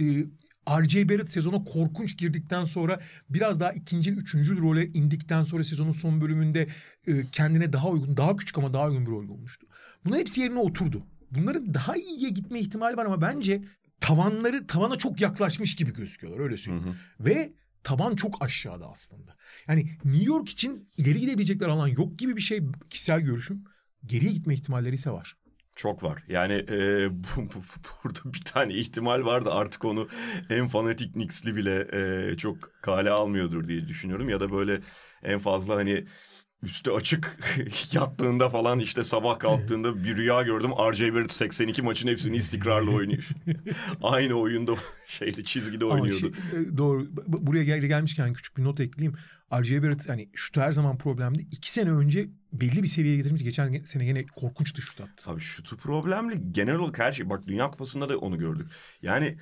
R.J. Barrett sezona korkunç girdikten sonra biraz daha ikinci, üçüncü role indikten sonra sezonun son bölümünde kendine daha uygun, daha küçük ama daha uygun bir rol bulmuştu. Bunların hepsi yerine oturdu. Bunların daha iyiye gitme ihtimali var ama bence tavana çok yaklaşmış gibi gözüküyorlar, öyle söyleyeyim. Ve taban çok aşağıda aslında. Yani New York için ileri gidebilecekler alan yok gibi bir şey, kişisel görüşüm. Geriye gitme ihtimalleri ise var. Çok var. Yani burada bir tane ihtimal vardı. Artık onu en fanatik Knicks'li bile çok kale almıyordur diye düşünüyorum. Ya da böyle en fazla hani üstü açık yattığında falan işte sabah kalktığında bir rüya gördüm. R.J. Barrett 82 maçın hepsini istikrarlı oynuyor. Aynı oyunda çizgide oynuyordu. Doğru. Buraya gelmişken küçük bir not ekleyeyim. R.J. Barrett hani şutu her zaman problemdi. 2 sene önce belli bir seviyeye getirmiş. Geçen sene yine korkunçtu şut attı. Tabii şutu problemli. Genel olarak her şey. Bak Dünya Kupası'nda da onu gördük. Yani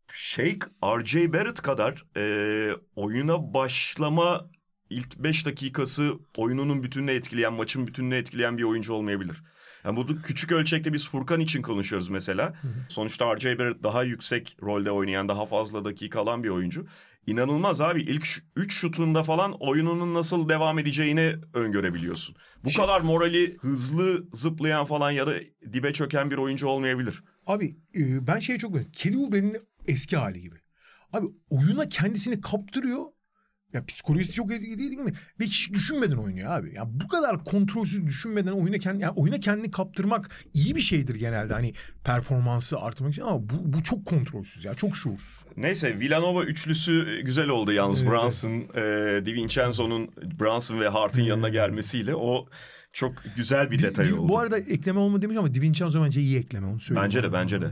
R.J. Barrett kadar oyuna başlama ilk 5 dakikası oyununun bütününü etkileyen, maçın bütününü etkileyen bir oyuncu olmayabilir. Yani bu küçük ölçekte biz Furkan için konuşuyoruz mesela. Sonuçta R.J. Barrett daha yüksek rolde oynayan, daha fazla dakika alan bir oyuncu. İnanılmaz abi. İlk 3 şutunda falan oyununun nasıl devam edeceğini öngörebiliyorsun. Bu kadar morali hızlı zıplayan falan ya da dibe çöken bir oyuncu olmayabilir. Abi ben şeye çok beğendim. Kelly Oubre'nin eski hali gibi. Abi oyuna kendisini kaptırıyor. Ya psikolojisi çok iyi değil mi? Ve hiç düşünmeden oynuyor abi. Ya bu kadar kontrolsüz düşünmeden oyuna kendini kaptırmak iyi bir şeydir genelde. Hani performansı artırmak için, ama bu çok kontrolsüz ya. Çok şuursuz. Neyse, Villanova üçlüsü güzel oldu yalnız. Evet. Brunson, DiVincenzo'nun Brunson ve Hart'ın yanına gelmesiyle o çok güzel bir detay oldu. Bu arada ekleme olmadı demiş ama DiVincenzo bence iyi ekleme, onu söyleyeyim. Bence de.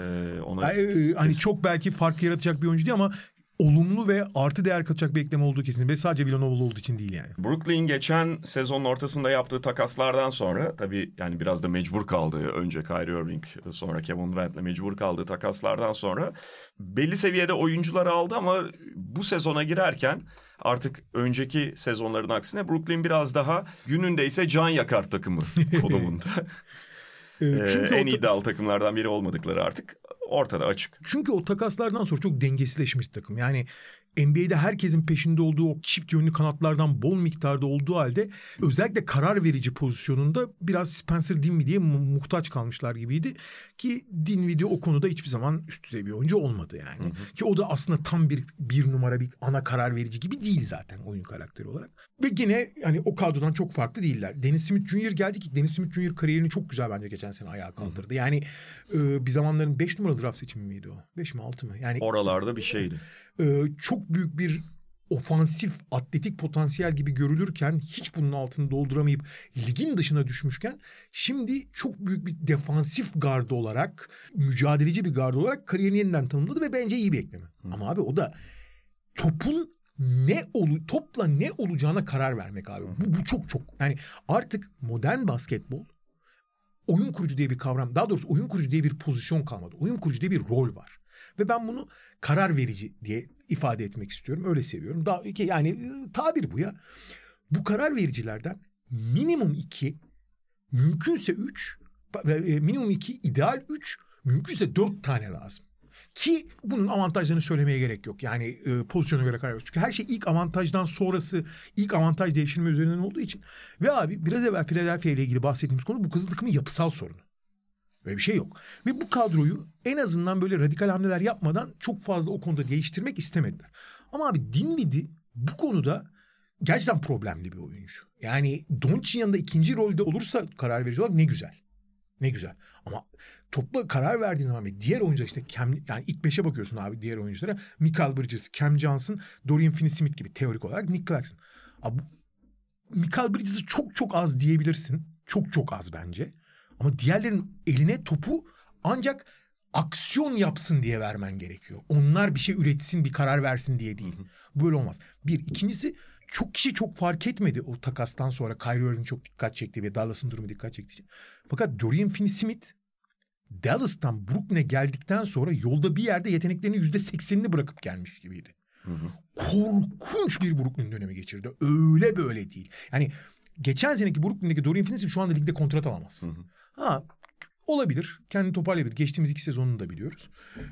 Hani çok belki fark yaratacak bir oyuncu değil ama olumlu ve artı değer katacak bir ekleme olduğu kesin. Ve sadece Villanovalı olduğu için değil yani. Brooklyn geçen sezonun ortasında yaptığı takaslardan sonra tabii yani biraz da mecbur kaldığı, önce Kyrie Irving sonra Kevin Durant'le mecbur kaldığı takaslardan sonra belli seviyede oyuncular aldı ama bu sezona girerken artık önceki sezonların aksine Brooklyn biraz daha gününde ise can yakar takımı konumunda. en iddialı takımlardan biri olmadıkları artık ortada, açık. Çünkü o takaslardan sonra çok dengesizleşmiş takım. Yani NBA'de herkesin peşinde olduğu o çift yönlü kanatlardan bol miktarda olduğu halde özellikle karar verici pozisyonunda biraz Spencer Dinwiddie'ye muhtaç kalmışlar gibiydi. Ki Dinwiddie o konuda hiçbir zaman üst düzey bir oyuncu olmadı yani. Ki o da aslında tam bir numara, bir ana karar verici gibi değil zaten oyun karakteri olarak. Ve yine hani o kadrodan çok farklı değiller. Dennis Smith Jr. geldi ki Dennis Smith Jr. kariyerini çok güzel bence geçen sene ayağa kaldırdı. Yani bir zamanların 5 numaralı draft seçimi miydi o? 5 mi 6 mı? Yani oralarda bir şeydi. Çok büyük bir ofansif, atletik potansiyel gibi görülürken hiç bunun altını dolduramayıp ligin dışına düşmüşken şimdi çok büyük bir defansif gard olarak, mücadeleci bir gard olarak kariyerini yeniden tanımladı ve bence iyi bir ekleme. Ama abi o da topla ne olacağına karar vermek abi. Bu çok yani artık modern basketbol oyun kurucu diye bir kavram, daha doğrusu oyun kurucu diye bir pozisyon kalmadı. Oyun kurucu diye bir rol var. Ve ben bunu karar verici diye ifade etmek istiyorum. Öyle seviyorum. Yani tabir bu ya. Bu karar vericilerden minimum 2, mümkünse 3, minimum 2, ideal 3, mümkünse 4 tane lazım. Ki bunun avantajlarını söylemeye gerek yok. Yani pozisyona göre karar veriyor. Çünkü her şey ilk avantajdan sonrası, ilk avantaj devşirme üzerinden olduğu için. Ve abi biraz evvel Philadelphia ile ilgili bahsettiğimiz konu bu kızıl takımın yapısal sorunu. Böyle bir şey yok. Ve bu kadroyu en azından böyle radikal hamleler yapmadan çok fazla o konuda değiştirmek istemediler. Ama abi Dinwiddie bu konuda gerçekten problemli bir oyuncu. Yani Doncic'in yanında ikinci rolde olursa karar verici olarak ne güzel. Ne güzel. Ama topla karar verdiğin zaman ve diğer oyuncular işte yani ilk 5'e bakıyorsun abi diğer oyunculara. Mikal Bridges, Cam Johnson, Dorian Finney-Smith gibi teorik olarak Nick Claxton. Abi Mikal Bridges'ı çok az diyebilirsin. Çok az bence. Ama diğerlerinin eline topu ancak aksiyon yapsın diye vermen gerekiyor. Onlar bir şey üretsin, bir karar versin diye değil. Böyle olmaz. Bir. İkincisi çok kişi çok fark etmedi o takastan sonra Kyrie Irving çok dikkat çekti ve Dallas'ın durumu dikkat çektiği için. Fakat Dorian Finney-Smith Dallas'tan Brooklyn'e geldikten sonra yolda bir yerde yeteneklerinin %80'ini bırakıp gelmiş gibiydi. Korkunç bir Brooklyn dönemi geçirdi. Öyle böyle değil. Yani geçen seneki Brooklyn'deki Dorian Finney-Smith şu anda ligde kontrat alamaz. Olabilir. Kendini toparlayabilir. Geçtiğimiz 2 sezonunu da biliyoruz.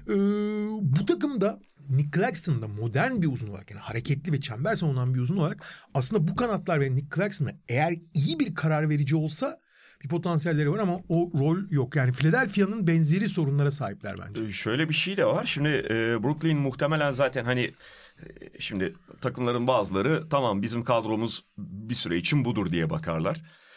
Bu takımda Nick Claxton'da modern bir uzun olarak yani hareketli ve çember savunan bir uzun olarak aslında bu kanatlar ve Nick Claxton'da eğer iyi bir karar verici olsa bir potansiyelleri var ama o rol yok. Yani Philadelphia'nın benzeri sorunlara sahipler bence. Şöyle bir şey de var. Şimdi Brooklyn muhtemelen zaten hani şimdi takımların bazıları tamam bizim kadromuz bir süre için budur diye bakarlar.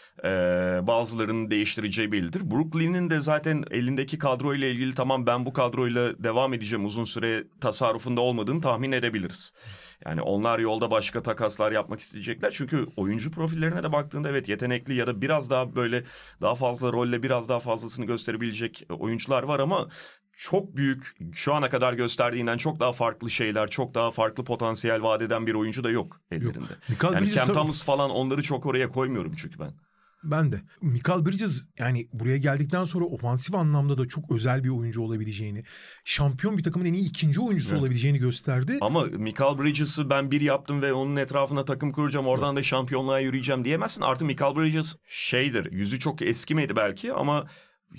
Bazılarının değiştireceği bellidir. Brooklyn'in de zaten elindeki kadroyla ilgili tamam ben bu kadroyla devam edeceğim uzun süre tasarrufunda olmadığını tahmin edebiliriz. Yani onlar yolda başka takaslar yapmak isteyecekler. Çünkü oyuncu profillerine de baktığında evet yetenekli ya da biraz daha böyle daha fazla rolle biraz daha fazlasını gösterebilecek oyuncular var ama çok büyük şu ana kadar gösterdiğinden çok daha farklı şeyler, çok daha farklı potansiyel vaat eden bir oyuncu da yok ellerinde. Yani Cam Thomas falan onları çok oraya koymuyorum çünkü ben. Ben de. Mikal Bridges yani buraya geldikten sonra ofansif anlamda da çok özel bir oyuncu olabileceğini, şampiyon bir takımın en iyi ikinci oyuncusu olabileceğini gösterdi. Ama Mikal Bridges'ı ben bir yaptım ve onun etrafına takım kuracağım, oradan da şampiyonluğa yürüyeceğim diyemezsin. Artı Mikal Bridges yüzü çok eskimedi belki ama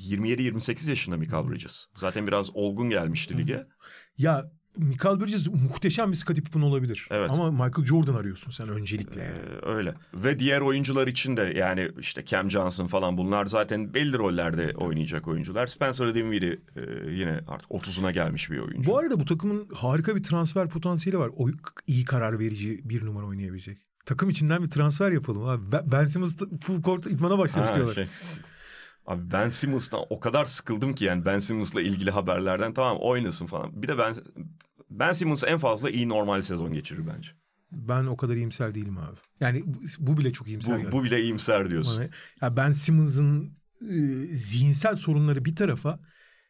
27-28 yaşında Mikal Bridges. Zaten biraz olgun gelmişti lige. Ya Mikal Bridges muhteşem bir Scottie Pippen olabilir. Evet. Ama Michael Jordan arıyorsun sen öncelikle. Yani. Öyle. Ve diğer oyuncular için de yani işte Cam Johnson falan bunlar zaten belli rollerde oynayacak oyuncular. Spencer Dinwiddie yine artık 30'una gelmiş bir oyuncu. Bu arada bu takımın harika bir transfer potansiyeli var. O iyi karar verici bir numara oynayabilecek. Takım içinden bir transfer yapalım abi. Ben Simmons full court idmana başlamış diyorlar. Abi Ben Simmons'tan o kadar sıkıldım ki yani Ben Simmons'la ilgili haberlerden tamam oynasın falan. Bir de Ben Simmons en fazla iyi normal sezon geçirir bence. Ben o kadar iyimser değilim abi. Yani bu bile çok iyimser. Bu bile iyimser diyorsun. Ya Ben Simmons'ın zihinsel sorunları bir tarafa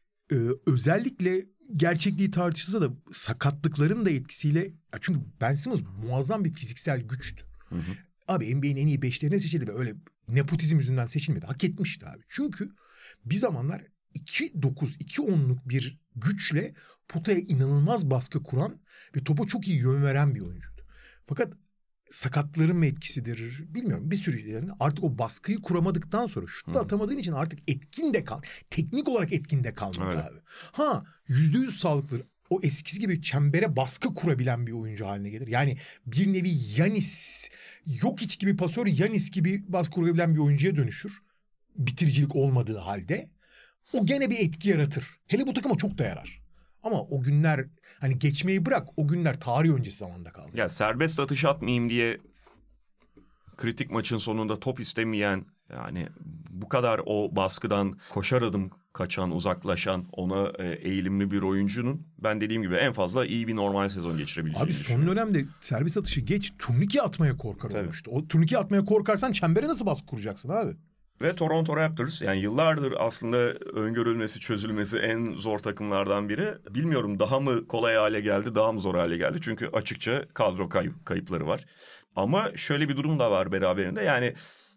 özellikle gerçekliği tartışılsa da sakatlıkların da etkisiyle çünkü Ben Simmons muazzam bir fiziksel güçtü. Abi NBA'nin en iyi 5'lerine seçildi ve öyle nepotizm yüzünden seçilmedi. Hak etmişti abi. Çünkü bir zamanlar 2-9, 2-10'luk bir güçle potaya inanılmaz baskı kuran ve topa çok iyi yön veren bir oyuncuydu. Fakat sakatların mı etkisidir bilmiyorum. Bir sürü yani artık o baskıyı kuramadıktan sonra şutla atamadığın için artık etkin de kal. Teknik olarak etkin de kalmadı Öyle. abi. Ha %100 sağlıklı. O eskisi gibi çembere baskı kurabilen bir oyuncu haline gelir. Yani bir nevi Yanis, Jokic gibi pasör, Yanis gibi baskı kurabilen bir oyuncuya dönüşür. Bitiricilik olmadığı halde. O gene bir etki yaratır. Hele bu takıma çok da yarar. Ama o günler hani geçmeyi bırak, o günler tarih öncesi zamanda kaldı. Ya serbest atış atmayayım diye kritik maçın sonunda top istemeyen, yani bu kadar o baskıdan koşar adım kaçan, uzaklaşan, ona eğilimli bir oyuncunun ben dediğim gibi en fazla iyi bir normal sezon geçirebileceğini Abi son dönemde serbest atışı geç, turnike atmaya korkar olmuştu. O turnike atmaya korkarsan çembere nasıl baskı kuracaksın abi? Ve Toronto Raptors yani yıllardır aslında öngörülmesi, çözülmesi en zor takımlardan biri. Bilmiyorum daha mı kolay hale geldi, daha mı zor hale geldi? Çünkü açıkça kadro kayıpları var. Ama şöyle bir durum da var beraberinde. Yani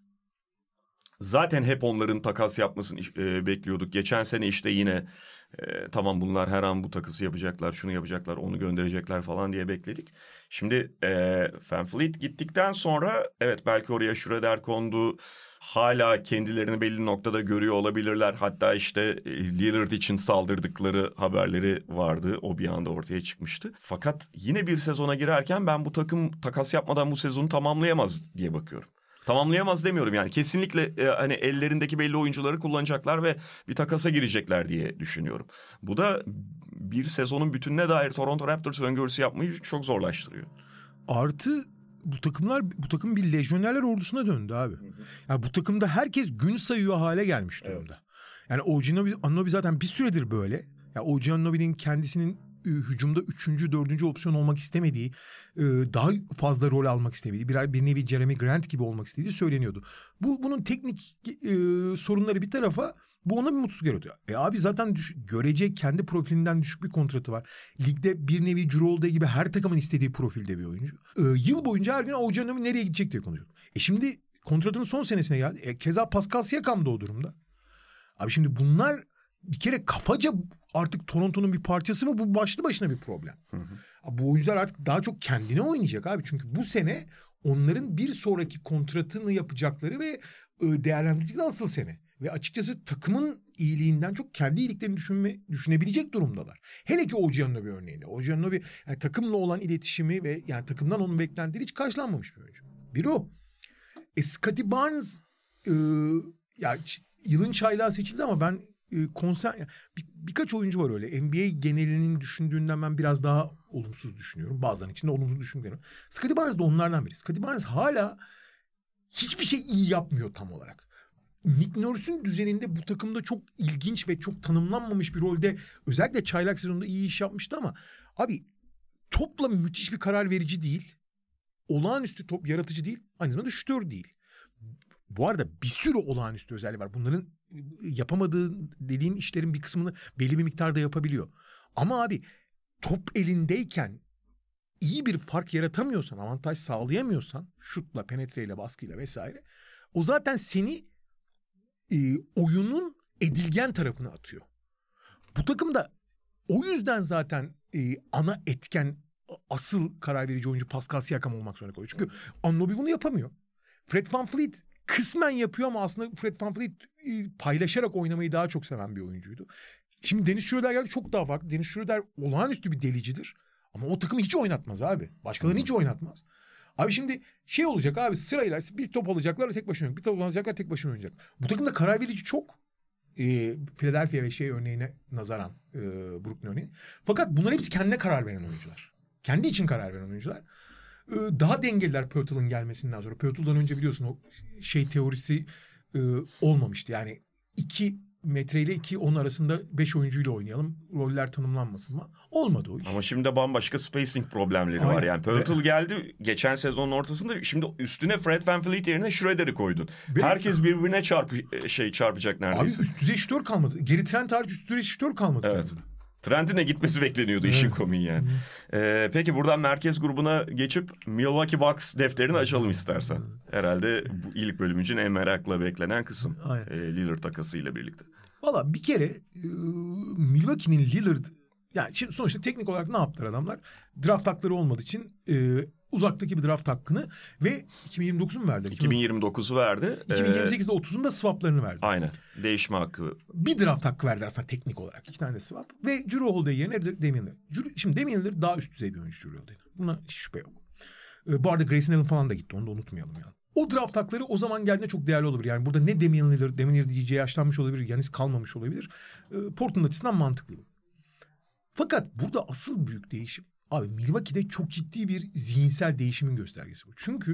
zaten hep onların takas yapmasını bekliyorduk. Geçen sene işte yine tamam bunlar her an bu takası yapacaklar, şunu yapacaklar, onu gönderecekler falan diye bekledik. Şimdi VanVleet gittikten sonra evet belki oraya Schröder kondu. Hala kendilerini belli noktada görüyor olabilirler. Hatta işte Lillard için saldırdıkları haberleri vardı. O bir anda ortaya çıkmıştı. Fakat yine bir sezona girerken ben bu takım takas yapmadan bu sezonu tamamlayamaz diye bakıyorum. Tamamlayamaz demiyorum yani. Kesinlikle hani ellerindeki belli oyuncuları kullanacaklar ve bir takasa girecekler diye düşünüyorum. Bu da bir sezonun bütününe dair Toronto Raptors öngörüsü yapmayı çok zorlaştırıyor. Artı bu takım bir lejyonerler ordusuna döndü abi. Yani bu takımda herkes gün sayıyor hale gelmiş durumda. Evet. Yani OG Anunoby zaten bir süredir böyle. Yani OG Anunoby'nin kendisinin hücumda 3. 4. opsiyon olmak istemediği, daha fazla rol almak istemediği, bir nevi Jeremy Grant gibi olmak istediği söyleniyordu. Bunun teknik sorunları bir tarafa, bu ona bir mutsuzluk yaratıyor. Abi zaten görecek kendi profilinden düşük bir kontratı var. Ligde bir nevi Jrue Holiday gibi her takımın istediği profilde bir oyuncu. Yıl boyunca her gün OG Anunoby nereye gidecek diye konuşuyor. Şimdi kontratının son senesine geldi. Keza Pascal Siakam da o durumda. Abi şimdi bunlar bir kere kafaca artık Toronto'nun bir parçası mı, bu başlı başına bir problem. Bu oyuncular artık daha çok kendine oynayacak abi. Çünkü bu sene onların bir sonraki kontratını yapacakları ve değerlendirecekleri asıl sene. Ve açıkçası takımın iyiliğinden çok kendi iyiliklerini düşünebilecek durumdalar. Hele ki OG Anunoby örneğinde. OG Anunoby yani takımla olan iletişimi ve yani takımdan onun beklentileri hiç karşılanmamış bir oyuncu. Bir o. Scottie Barnes ya yılın çaylağı seçildi ama ben birkaç oyuncu var öyle. NBA genelinin düşündüğünden ben biraz daha olumsuz düşünüyorum. Bazen içinde olumsuz düşünmüyorum. Scottie Barnes da onlardan biri. Scottie Barnes hala hiçbir şey iyi yapmıyor tam olarak. Nick Nurse'ün düzeninde bu takımda çok ilginç ve çok tanımlanmamış bir rolde özellikle çaylak sezonunda iyi iş yapmıştı ama abi topla müthiş bir karar verici değil. Olağanüstü top yaratıcı değil. Aynı zamanda şütör değil. Bu arada bir sürü olağanüstü özelliği var. Bunların yapamadığı dediğim işlerin bir kısmını belli bir miktarda yapabiliyor. Ama abi top elindeyken iyi bir fark yaratamıyorsan, avantaj sağlayamıyorsan şutla, penetreyle, baskıyla vesaire, o zaten seni oyunun edilgen tarafına atıyor. Bu takımda o yüzden zaten ana etken, asıl karar verici oyuncu Pascal Siakam olmak zorunda kalıyor. Çünkü Anunoby bunu yapamıyor. Fred VanVleet kısmen yapıyor ama aslında Fred VanVleet paylaşarak oynamayı daha çok seven bir oyuncuydu. Şimdi Dennis Schröder geldi, çok daha farklı. Dennis Schröder olağanüstü bir delicidir. Ama o takımı hiç oynatmaz abi. Başkalarını hiç oynatmaz. Abi şimdi şey olacak abi, sırayla bir top alacaklar tek başına oynayacak. Bir top alacaklar tek başına oynayacak. Bu takımda karar verici çok. Philadelphia ve örneğine nazaran Brooklyn örneği. Fakat bunlar hepsi kendine karar veren oyuncular. Kendi için karar veren oyuncular. Daha dengeliler Pirtle'ın gelmesinden sonra. Pirtle'dan önce biliyorsun o teorisi olmamıştı. Yani 2 metreyle 2-10 arasında 5 oyuncuyla oynayalım. Roller tanımlanmasın mı? Olmadı o iş. Ama şimdi de bambaşka spacing problemleri var. Yani Pirtle geldi geçen sezonun ortasında. Şimdi üstüne Fred VanVleet yerine Schröder'i koydun. Herkes birbirine çarpacak neredeyse. Abi üst düzey şütör kalmadı. Geri Trent hariç üst düzey şütör kalmadı. Evet. Trent'in de gitmesi bekleniyordu işin komiği yani. Peki buradan merkez grubuna geçip Milwaukee Bucks defterini açalım istersen. Herhalde bu ilk bölüm için en merakla beklenen kısım. Lillard takasıyla birlikte. Valla bir kere Milwaukee'nin Lillard, yani şimdi sonuçta teknik olarak ne yaptılar adamlar? Draft hakları olmadığı için uzaktaki bir draft hakkını ve 2029'u mu verdi? 2029'u verdi. 2028'de 30'un da swaplarını verdi. Aynen. Değişme hakkı. Bir draft hakkı verdi aslında teknik olarak. 2 tane de swap. Ve Jrue Holiday yerine Damian Lillard. Şimdi Damian Lillard daha üst düzey bir oyuncu Jrue Holiday'den. Buna hiç şüphe yok. Bu arada Grayson Allen falan da gitti. Onu da unutmayalım yani. O draft hakları o zaman geldiğinde çok değerli olabilir. Yani burada ne Damian Lillard iyice yaşlanmış olabilir. Giannis kalmamış olabilir. Portland açısından mantıklı. Fakat burada asıl büyük değişim abi Milwaukee'de çok ciddi bir zihinsel değişimin göstergesi bu. Çünkü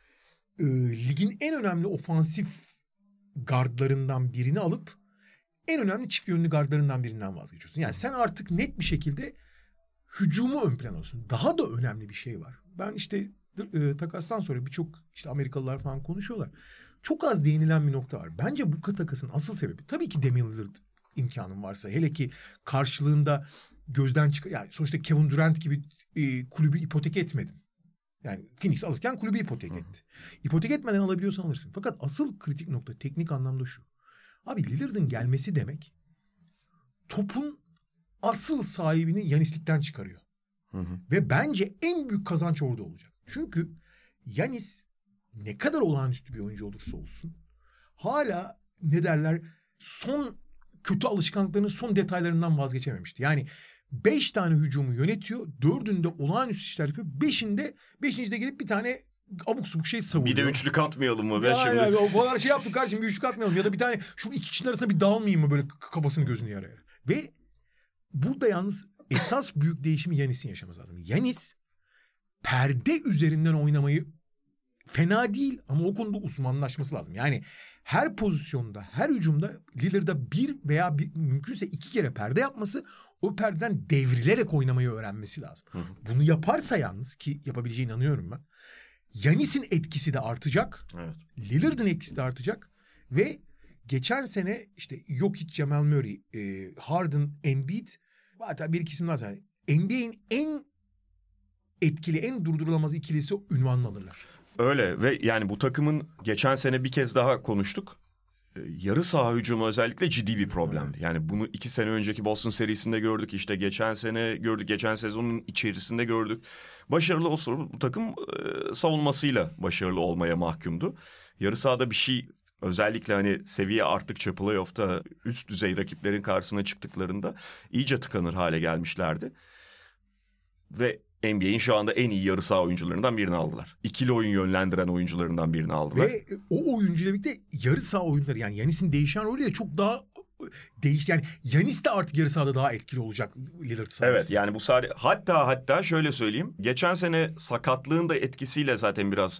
ligin en önemli ofansif gardlarından birini alıp en önemli çift yönlü gardlarından birinden vazgeçiyorsun. Yani sen artık net bir şekilde hücumu ön plana alıyorsun. Daha da önemli bir şey var. Ben işte takastan sonra birçok işte Amerikalılar falan konuşuyorlar. Çok az değinilen bir nokta var. Bence bu takasın asıl sebebi tabii ki Damian Lillard imkanın varsa. Hele ki karşılığında gözden çıkar. Yani sonuçta Kevin Durant gibi kulübü ipotek etmedin. Yani Phoenix alırken kulübü ipotek etti. İpotek etmeden alabiliyorsan alırsın. Fakat asıl kritik nokta teknik anlamda şu. Abi Lillard'ın gelmesi demek topun asıl sahibini Giannis'likten çıkarıyor. Ve bence en büyük kazanç orada olacak. Çünkü Giannis ne kadar olağanüstü bir oyuncu olursa olsun hala ne derler son kötü alışkanlıklarının son detaylarından vazgeçememişti. Yani 5 tane hücumu yönetiyor. 4'ünde olağanüstü işler yapıyor. 5'de gelip bir tane abuk subuk şey savuruyor. Bir de üçlük atmayalım mı? Ya, o kadar şey yaptık kardeşim bir üçlük atmayalım. Ya da bir tane şu iki kişinin arasında bir dağılmayayım mı böyle kafasını gözünü yaraya. Ve burada yalnız esas büyük değişimi Giannis'in yaşaması lazım. Giannis perde üzerinden oynamayı fena değil ama o konuda uzmanlaşması lazım. Yani her pozisyonda, her hücumda Lillard'a bir veya mümkünse 2 kere perde yapması, o perdeden devrilerek oynamayı öğrenmesi lazım. Bunu yaparsa yalnız ki yapabileceğine inanıyorum ben. Giannis'in etkisi de artacak. Evet. Lillard'ın etkisi de artacak ve geçen sene işte Jokic, Jamal Murray, Harden, Embiid hatta bir ikisim var zaten. NBA'in en etkili, en durdurulamaz ikilisi ünvanını alırlar. Öyle ve yani bu takımın geçen sene bir kez daha konuştuk. Yarı saha hücumu özellikle ciddi bir problemdi. Yani bunu 2 sene önceki Boston serisinde gördük. İşte geçen sene gördük. Geçen sezonun içerisinde gördük. Başarılı olsa bu takım savunmasıyla başarılı olmaya mahkumdu. Yarı sahada bir şey özellikle hani seviye arttıkça playoff'ta üst düzey rakiplerin karşısına çıktıklarında iyice tıkanır hale gelmişlerdi. Ve NBA'in şu anda en iyi yarı saha oyuncularından birini aldılar. İkili oyun yönlendiren oyuncularından birini aldılar. Ve o oyuncuyla birlikte yarı saha oyunları yani Giannis'in değişen rolüyle çok daha değişti. Yani Giannis de artık yarı sahada daha etkili olacak Lillard sayesinde. Evet yani bu sadece hatta şöyle söyleyeyim. Geçen sene sakatlığın da etkisiyle zaten biraz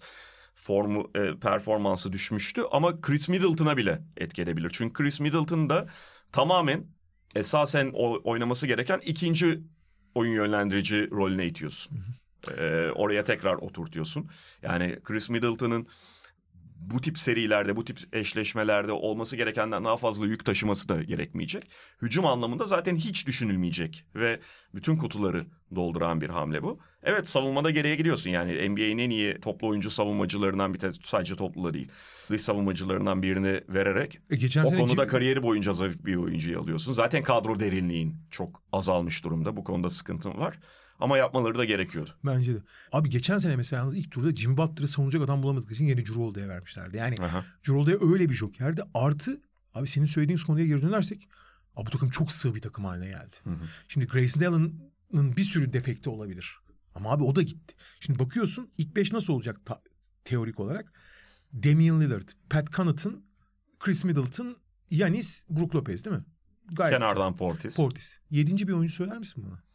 performansı düşmüştü ama Chris Middleton'a bile etki edebilir. Çünkü Chris Middleton da tamamen esasen oynaması gereken ikinci oyun yönlendirici rolüne itiyorsun. Oraya tekrar oturtuyorsun. Yani Chris Middleton'ın bu tip serilerde, bu tip eşleşmelerde olması gerekenden daha fazla yük taşıması da gerekmeyecek. Hücum anlamında zaten hiç düşünülmeyecek ve bütün kutuları dolduran bir hamle bu. Evet savunmada geriye gidiyorsun. Yani NBA'nin en iyi toplu oyuncu savunmacılarından bir tanesi, sadece toplu da değil. Dış savunmacılarından birini vererek o konuda kariyeri boyunca zayıf bir oyuncuyu alıyorsun. Zaten kadro derinliğin çok azalmış durumda. Bu konuda sıkıntın var. Ama yapmaları da gerekiyordu. Bence de. Abi geçen sene mesela yalnız ilk turda Jimmy Butler'ı savunacak adam bulamadıkları için yeni Jrue Holiday'e vermişlerdi. Yani Jrue Holiday öyle bir jokerdi. Artı abi senin söylediğin konuya geri dönersek abi bu takım çok sığ bir takım haline geldi. Şimdi Grayson Allen'ın bir sürü defekti olabilir. Ama abi o da gitti. Şimdi bakıyorsun ilk 5 nasıl olacak teorik olarak? Damian Lillard, Pat Connaughton, Chris Middleton, Giannis, Brook Lopez değil mi? Gayet kenardan Portis. 7. bir oyuncu söyler misin bana?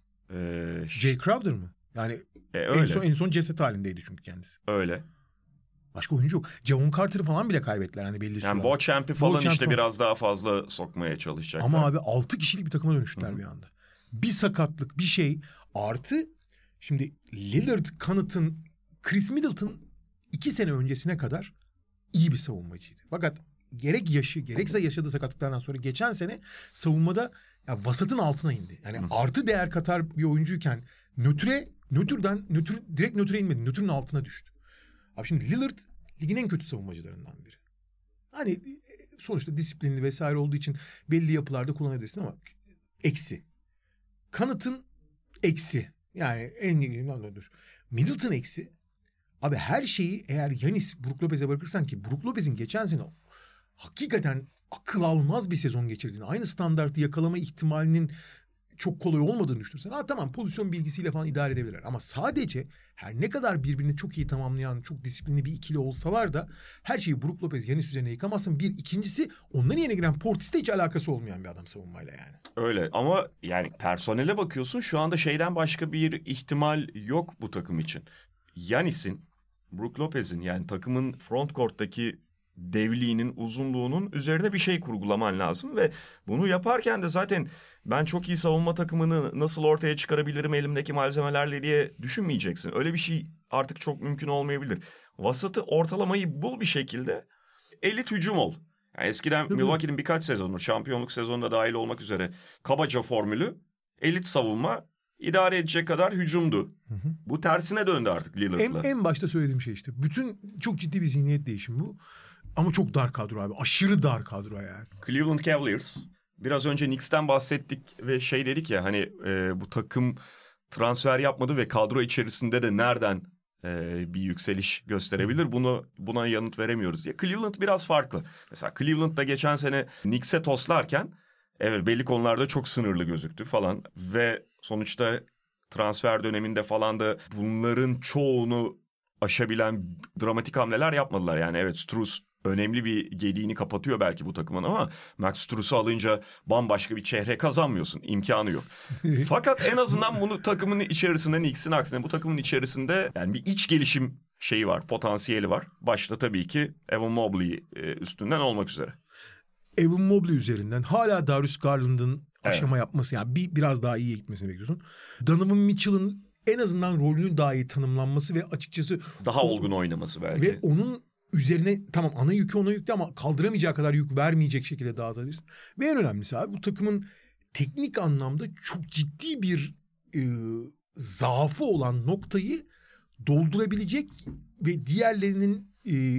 Jay Crowder mı? Yani en son ceset halindeydi çünkü kendisi. Öyle. Başka oyuncu yok. Javon Carter'ı falan bile kaybettiler hani belli süre. Yani Beauchamp'i falan işte biraz daha fazla sokmaya çalışacaklar. Ama abi 6 kişilik bir takıma dönüştüler bir anda. Bir sakatlık, bir şey. Artı şimdi Lillard, Connaughton, Chris Middleton 2 sene öncesine kadar iyi bir savunmacıydı. Fakat gerek yaşı gerekse yaşadığı sakatlıklardan sonra geçen sene savunmada ya vasatın altına indi. Yani artı değer katar bir oyuncuyken direkt nötre inmedi. Nötrün altına düştü. Abi şimdi Lillard ligin en kötü savunmacılarından biri. Hani sonuçta disiplinli vesaire olduğu için belli yapılarda kullanabilirsin ama eksi. Connaughton eksi. Yani en ilginçlerinden dur. Middleton eksi. Abi her şeyi eğer Giannis Brook Lopez'e bırakırsan ki Brook Lopez'in geçen sene hakikaten akıl almaz bir sezon geçirdiğini, aynı standartı yakalama ihtimalinin çok kolay olmadığını düşünürsen, tamam pozisyon bilgisiyle falan idare edebilirler. Ama sadece her ne kadar birbirini çok iyi tamamlayan, çok disiplinli bir ikili olsalar da her şeyi Brook Lopez, Giannis üzerine yıkamazsın. Bir, ikincisi onların yerine giren Portis'te hiç alakası olmayan bir adam savunmayla yani. Öyle ama yani personele bakıyorsun, şu anda şeyden başka bir ihtimal yok bu takım için. Giannis'in, Brook Lopez'in, yani takımın front court'taki devliğinin, uzunluğunun üzerine bir şey kurgulaman lazım ve bunu yaparken de zaten ben çok iyi savunma takımını nasıl ortaya çıkarabilirim elimdeki malzemelerle diye düşünmeyeceksin. Öyle bir şey artık çok mümkün olmayabilir. Vasatı, ortalamayı bul bir şekilde, elit hücum ol. Yani eskiden Milwaukee'nin birkaç sezonu, şampiyonluk sezonunda dahil olmak üzere kabaca formülü elit savunma, idare edecek kadar hücumdu. Hı hı. Bu tersine döndü artık Lillard'la. En başta söylediğim şey işte. Bütün çok ciddi bir zihniyet değişimi bu. Ama çok dar kadro abi. Aşırı dar kadro yani. Cleveland Cavaliers. Biraz önce Knicks'ten bahsettik ve şey dedik ya hani bu takım transfer yapmadı ve kadro içerisinde de nereden bir yükseliş gösterebilir, buna yanıt veremiyoruz diye. Cleveland biraz farklı. Mesela Cleveland'da geçen sene Knicks'e toslarken evet belli konularda çok sınırlı gözüktü falan ve sonuçta transfer döneminde falan da bunların çoğunu aşabilen dramatik hamleler yapmadılar. Yani evet, Strus önemli bir gediğini kapatıyor belki bu takımın ama Max Strus'u alınca bambaşka bir çehre kazanmıyorsun. İmkanı yok. Fakat en azından bunu takımın içerisinde, Knicks'in aksine bu takımın içerisinde yani bir iç gelişim şeyi var, potansiyeli var. Başta tabii ki Evan Mobley üstünden olmak üzere. Evan Mobley üzerinden hala Darius Garland'ın aşama yapması, yani biraz daha iyiye gitmesini bekliyorsun. Donovan Mitchell'ın en azından rolünün daha iyi tanımlanması ve açıkçası daha olgun oynaması belki. Ve onun üzerine tamam ana yükü ona yüklü ama kaldıramayacağı kadar yük vermeyecek şekilde dağıtabilirsin. Ve en önemlisi abi bu takımın teknik anlamda çok ciddi bir zaafı olan noktayı doldurabilecek ve diğerlerinin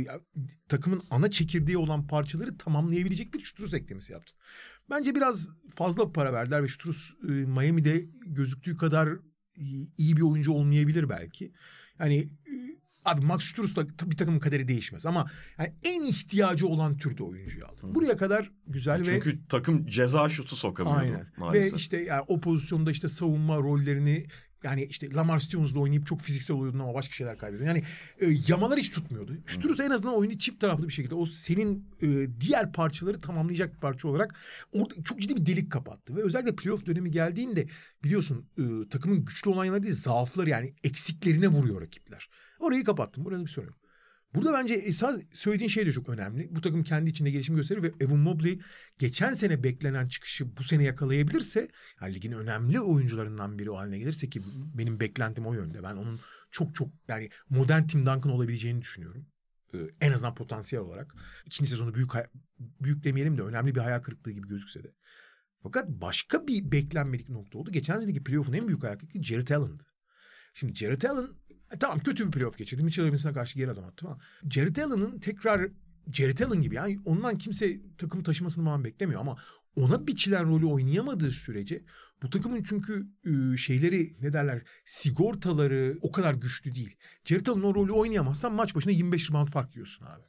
takımın ana çekirdeği olan parçaları tamamlayabilecek bir Strus eklemesi yaptı. Bence biraz fazla para verdiler ve Strus Miami'de gözüktüğü kadar iyi bir oyuncu olmayabilir belki. Yani abi Max Strus'la bir takımın kaderi değişmez ama yani en ihtiyacı olan türde oyuncuyu aldı. Buraya kadar güzel. Çünkü takım ceza şutu sokamıyordu. Aynen. Maalesef. Ve işte yani o pozisyonda işte savunma rollerini, yani işte Lamar Stevens'la oynayıp çok fiziksel oluyordun ama başka şeyler kaybediyordun. Yani yamalar hiç tutmuyordu. Strus en azından oyunu çift taraflı bir şekilde o senin diğer parçaları tamamlayacak bir parça olarak orada çok ciddi bir delik kapattı. Ve özellikle playoff dönemi geldiğinde biliyorsun takımın güçlü olan yanları değil, zaafları, yani eksiklerine vuruyor rakipler. Orayı kapattım. Burada bir sorun yok. Burada bence esas söylediğin şey de çok önemli. Bu takım kendi içinde gelişim gösterir ve Evan Mobley geçen sene beklenen çıkışı bu sene yakalayabilirse, yani ligin önemli oyuncularından biri o haline gelirse, ki benim beklentim o yönde. Ben onun çok yani modern Tim Duncan olabileceğini düşünüyorum. En azından potansiyel olarak. İkinci sezonu büyük demeyelim de önemli bir hayal kırıklığı gibi gözükse de. Fakat başka bir beklenmedik nokta oldu. Geçen seneki playoff'un en büyük hayal kırıklığı Jarrett Allen'dı. Şimdi Jarrett Allen tamam kötü bir playoff geçirdi. Mitchell Robinson'a karşı geri adım attı ama Jarrett Allen'ın tekrar Jarrett Allen gibi, yani ondan kimse takımı taşımasını falan beklemiyor ama ona biçilen rolü oynayamadığı sürece bu takımın çünkü şeyleri ne derler, sigortaları o kadar güçlü değil. Jarrett Allen o rolü oynayamazsan maç başına 25 rebound fark yiyorsun abi.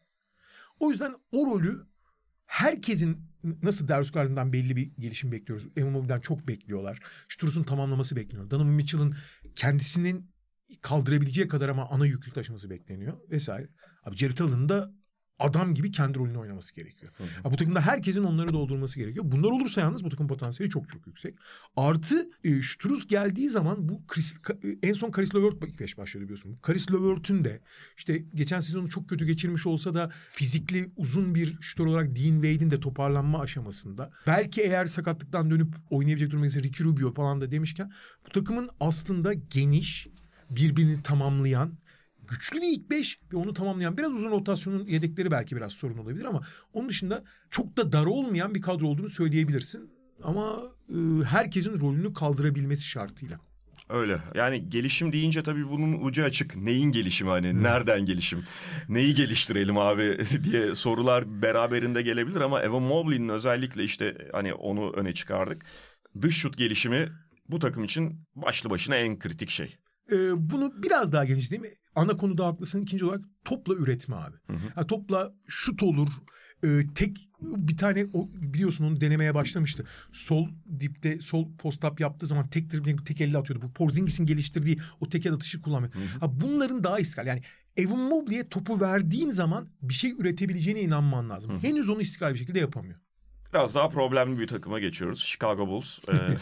O yüzden o rolü herkesin, nasıl Darius Garland'dan belli bir gelişim bekliyoruz. Evan Mobley'den çok bekliyorlar. Strus'un tamamlaması bekleniyor. Donovan Mitchell'ın kendisinin kaldırabileceği kadar ama ana yüklük taşıması bekleniyor vesaire. Abi Jarrett Allen'ın da adam gibi kendi rolünü oynaması gerekiyor. Bu takımda herkesin onları doldurması gerekiyor. Bunlar olursa yalnız bu takım potansiyeli çok yüksek. Artı Strus geldiği zaman bu en son Caris LeVert peş başladı biliyorsun. Caris LeVert'ün de işte geçen sezonu çok kötü geçirmiş olsa da fizikli uzun bir şutör olarak Dean Wade'in de toparlanma aşamasında. Belki eğer sakatlıktan dönüp oynayabilecek durumda ise Ricky Rubio falan da demişken bu takımın aslında geniş, birbirini tamamlayan, güçlü bir ilk 5 ve onu tamamlayan, biraz uzun rotasyonun yedekleri belki biraz sorun olabilir ama onun dışında çok da dar olmayan bir kadro olduğunu söyleyebilirsin. Ama herkesin rolünü kaldırabilmesi şartıyla. Öyle. Yani gelişim deyince tabii bunun ucu açık. Neyin gelişimi, hani nereden gelişim? Neyi geliştirelim abi diye sorular beraberinde gelebilir ama Evan Mobley'nin özellikle işte hani onu öne çıkardık. Dış şut gelişimi bu takım için başlı başına en kritik şey. Bunu biraz daha genişleteyim. Ana konuda haklısın. İkinci olarak topla üretme abi. Yani topla şut olur. Tek bir tane biliyorsun onu denemeye başlamıştı. Sol dipte sol post-up yaptığı zaman tek elle atıyordu. Bu Porzingis'in geliştirdiği o tek el atışı kullanmıyor. Bunların daha istikrarlı. Yani Evan Mobley'e topu verdiğin zaman bir şey üretebileceğine inanman lazım. Henüz onu istikrarlı bir şekilde yapamıyor. Biraz daha problemli bir takıma geçiyoruz. Chicago Bulls.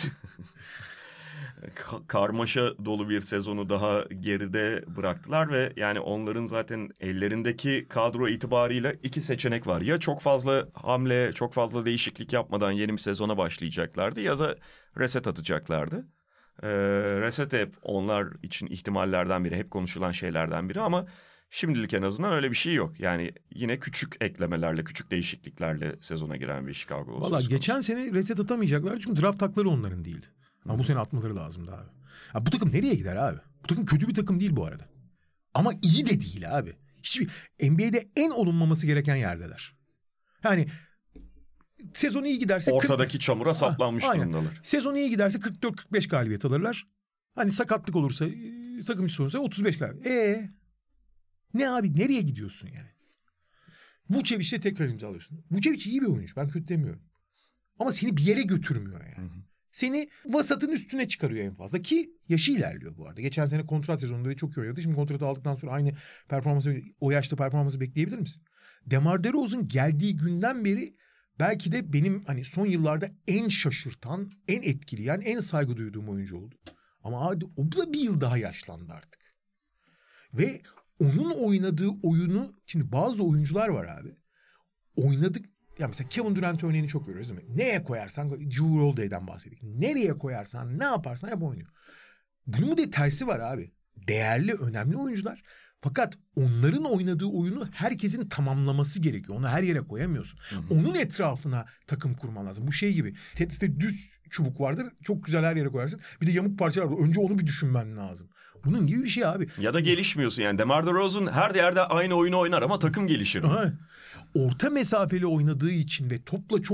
Karmaşa dolu bir sezonu daha geride bıraktılar ve yani onların zaten ellerindeki kadro itibarıyla iki seçenek var. Ya çok fazla hamle, çok fazla değişiklik yapmadan yeni bir sezona başlayacaklardı ya da reset atacaklardı. Reset hep onlar için ihtimallerden biri, hep konuşulan şeylerden biri ama şimdilik en azından öyle bir şey yok. Yani yine küçük eklemelerle, küçük değişikliklerle sezona giren bir Chicago Bulls. Valla geçen sene reset atamayacaklar çünkü draft hakları onların değildi. Ama bu sene atmaları lazımdı abi. Ya bu takım nereye gider abi? Bu takım kötü bir takım değil bu arada. Ama iyi de değil abi. Hiçbir NBA'de en olunmaması gereken yerdeler. Yani sezon iyi giderse... Ortadaki çamura saplanmış durumdalar. Sezon iyi giderse 44-45 galibiyet alırlar. Hani sakatlık olursa, takım içi olursa 35 galibiyet. Ne abi? Nereye gidiyorsun yani? Vucevic'le tekrar imzalıyorsun. Vucevic iyi bir oyuncu. Ben kötü demiyorum. Ama seni bir yere götürmüyor yani. Seni vasatın üstüne çıkarıyor en fazla. Ki yaşı ilerliyor bu arada. Geçen sene kontrat sezonunda çok iyi oynadı. Şimdi kontratı aldıktan sonra aynı performansı, o yaşta performansı bekleyebilir misin? DeMar DeRozan geldiği günden beri belki de benim hani son yıllarda en şaşırtan, en etkileyen, en saygı duyduğum oyuncu oldu. Ama abi o da bir yıl daha yaşlandı artık. Ve onun oynadığı oyunu, şimdi bazı oyuncular var abi. Oynadık. Ya mesela Kevin Durant örneğini çok görüyoruz değil mi? Neye koyarsan, Jrue Holiday'den bahsettik. Nereye koyarsan, ne yaparsan yap oynuyor. Bunun bir de tersi var abi. Değerli, önemli oyuncular. Fakat onların oynadığı oyunu herkesin tamamlaması gerekiyor. Onu her yere koyamıyorsun. Onun etrafına takım kurman lazım. Bu şey gibi. Tetris'te düz çubuk vardır. Çok güzel her yere koyarsın. Bir de yamuk parçalar var. Önce onu bir düşünmen lazım. Bunun gibi bir şey abi. Ya da gelişmiyorsun yani. DeMar DeRozan her yerde aynı oyunu oynar ama takım gelişir. Orta mesafeli oynadığı için ve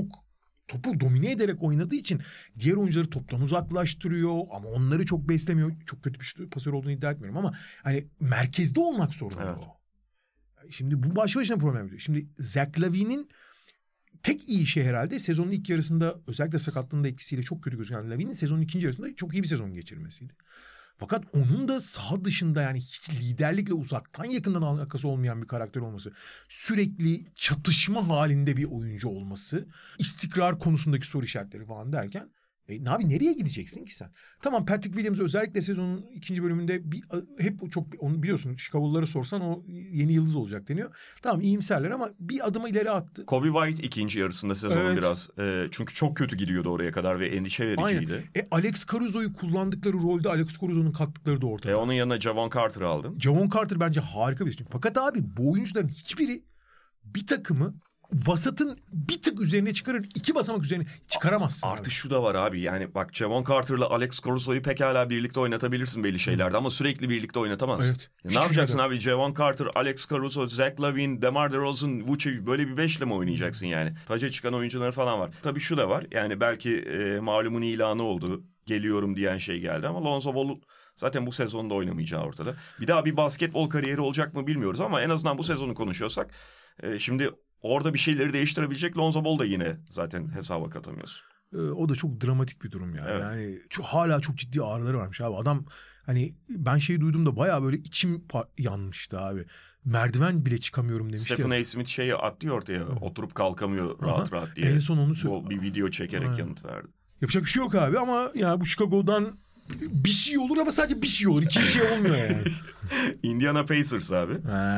topu domine ederek oynadığı için diğer oyuncuları toptan uzaklaştırıyor ama onları çok beslemiyor. Çok kötü bir pasör olduğunu iddia etmiyorum ama hani merkezde olmak zorunda o. Şimdi bu başlı başına problem ediyor. Şimdi Zach LaVine'in tek iyi şey herhalde sezonun ilk yarısında özellikle sakatlığının da etkisiyle çok kötü gözüken LaVine'in sezonun ikinci yarısında çok iyi bir sezon geçirmesiydi. Fakat onun da saha dışında yani hiç liderlikle uzaktan yakından alakası olmayan bir karakter olması, sürekli çatışma halinde bir oyuncu olması, istikrar konusundaki soru işaretleri falan derken abi nereye gideceksin ki sen? Tamam, Patrick Williams özellikle sezonun ikinci bölümünde hep çok onu biliyorsun, Chicago'luları sorsan o yeni yıldız olacak deniyor. Tamam, iyimserler ama bir adım ileri attı. Kobe White ikinci yarısında sezonun biraz çünkü çok kötü gidiyordu oraya kadar ve endişe vericiydi. Alex Caruso'yu kullandıkları rolde Alex Caruso'nun kattıkları da ortada. Onun yanına Javon Carter'ı aldın. Javon Carter bence harika bir seçim. Fakat abi bu oyuncuların hiçbiri bir takımı vasatın bir tık üzerine çıkarır, 2 basamak üzerine çıkaramazsın. Artı şu da var abi, yani bak Javon Carter'la Alex Caruso'yu pekala birlikte oynatabilirsin belli şeylerde ama sürekli birlikte oynatamazsın. Evet. Ne yapacaksın abi? Javon Carter, Alex Caruso, Zach LaVine, DeMar DeRozan, Vucevic, böyle bir beşle mi oynayacaksın yani? Taca çıkan oyuncuları falan var. Tabii şu da var, yani belki malumun ilanı oldu, geliyorum diyen şey geldi ama Lonzo Ball zaten bu sezonda oynamayacağı ortada. Bir daha bir basketbol kariyeri olacak mı bilmiyoruz ama en azından bu sezonu konuşuyorsak şimdi orada bir şeyleri değiştirebilecek Lonzo Ball da yine zaten hesaba katamıyorsun. O da çok dramatik bir durum ya. Evet. Yani hala çok ciddi ağrıları varmış abi. Adam hani ben duydum da bayağı böyle içim yanmıştı abi. Merdiven bile çıkamıyorum demişti. Stephen A. Smith atlıyor ortaya. Oturup kalkamıyor rahat rahat diye. En son onu söyledi. Bir video çekerek yanıt verdi. Yapacak bir şey yok abi ama yani bu Chicago'dan bir şey olur ama sadece bir şey olur. İki şey olmuyor yani. Indiana Pacers abi.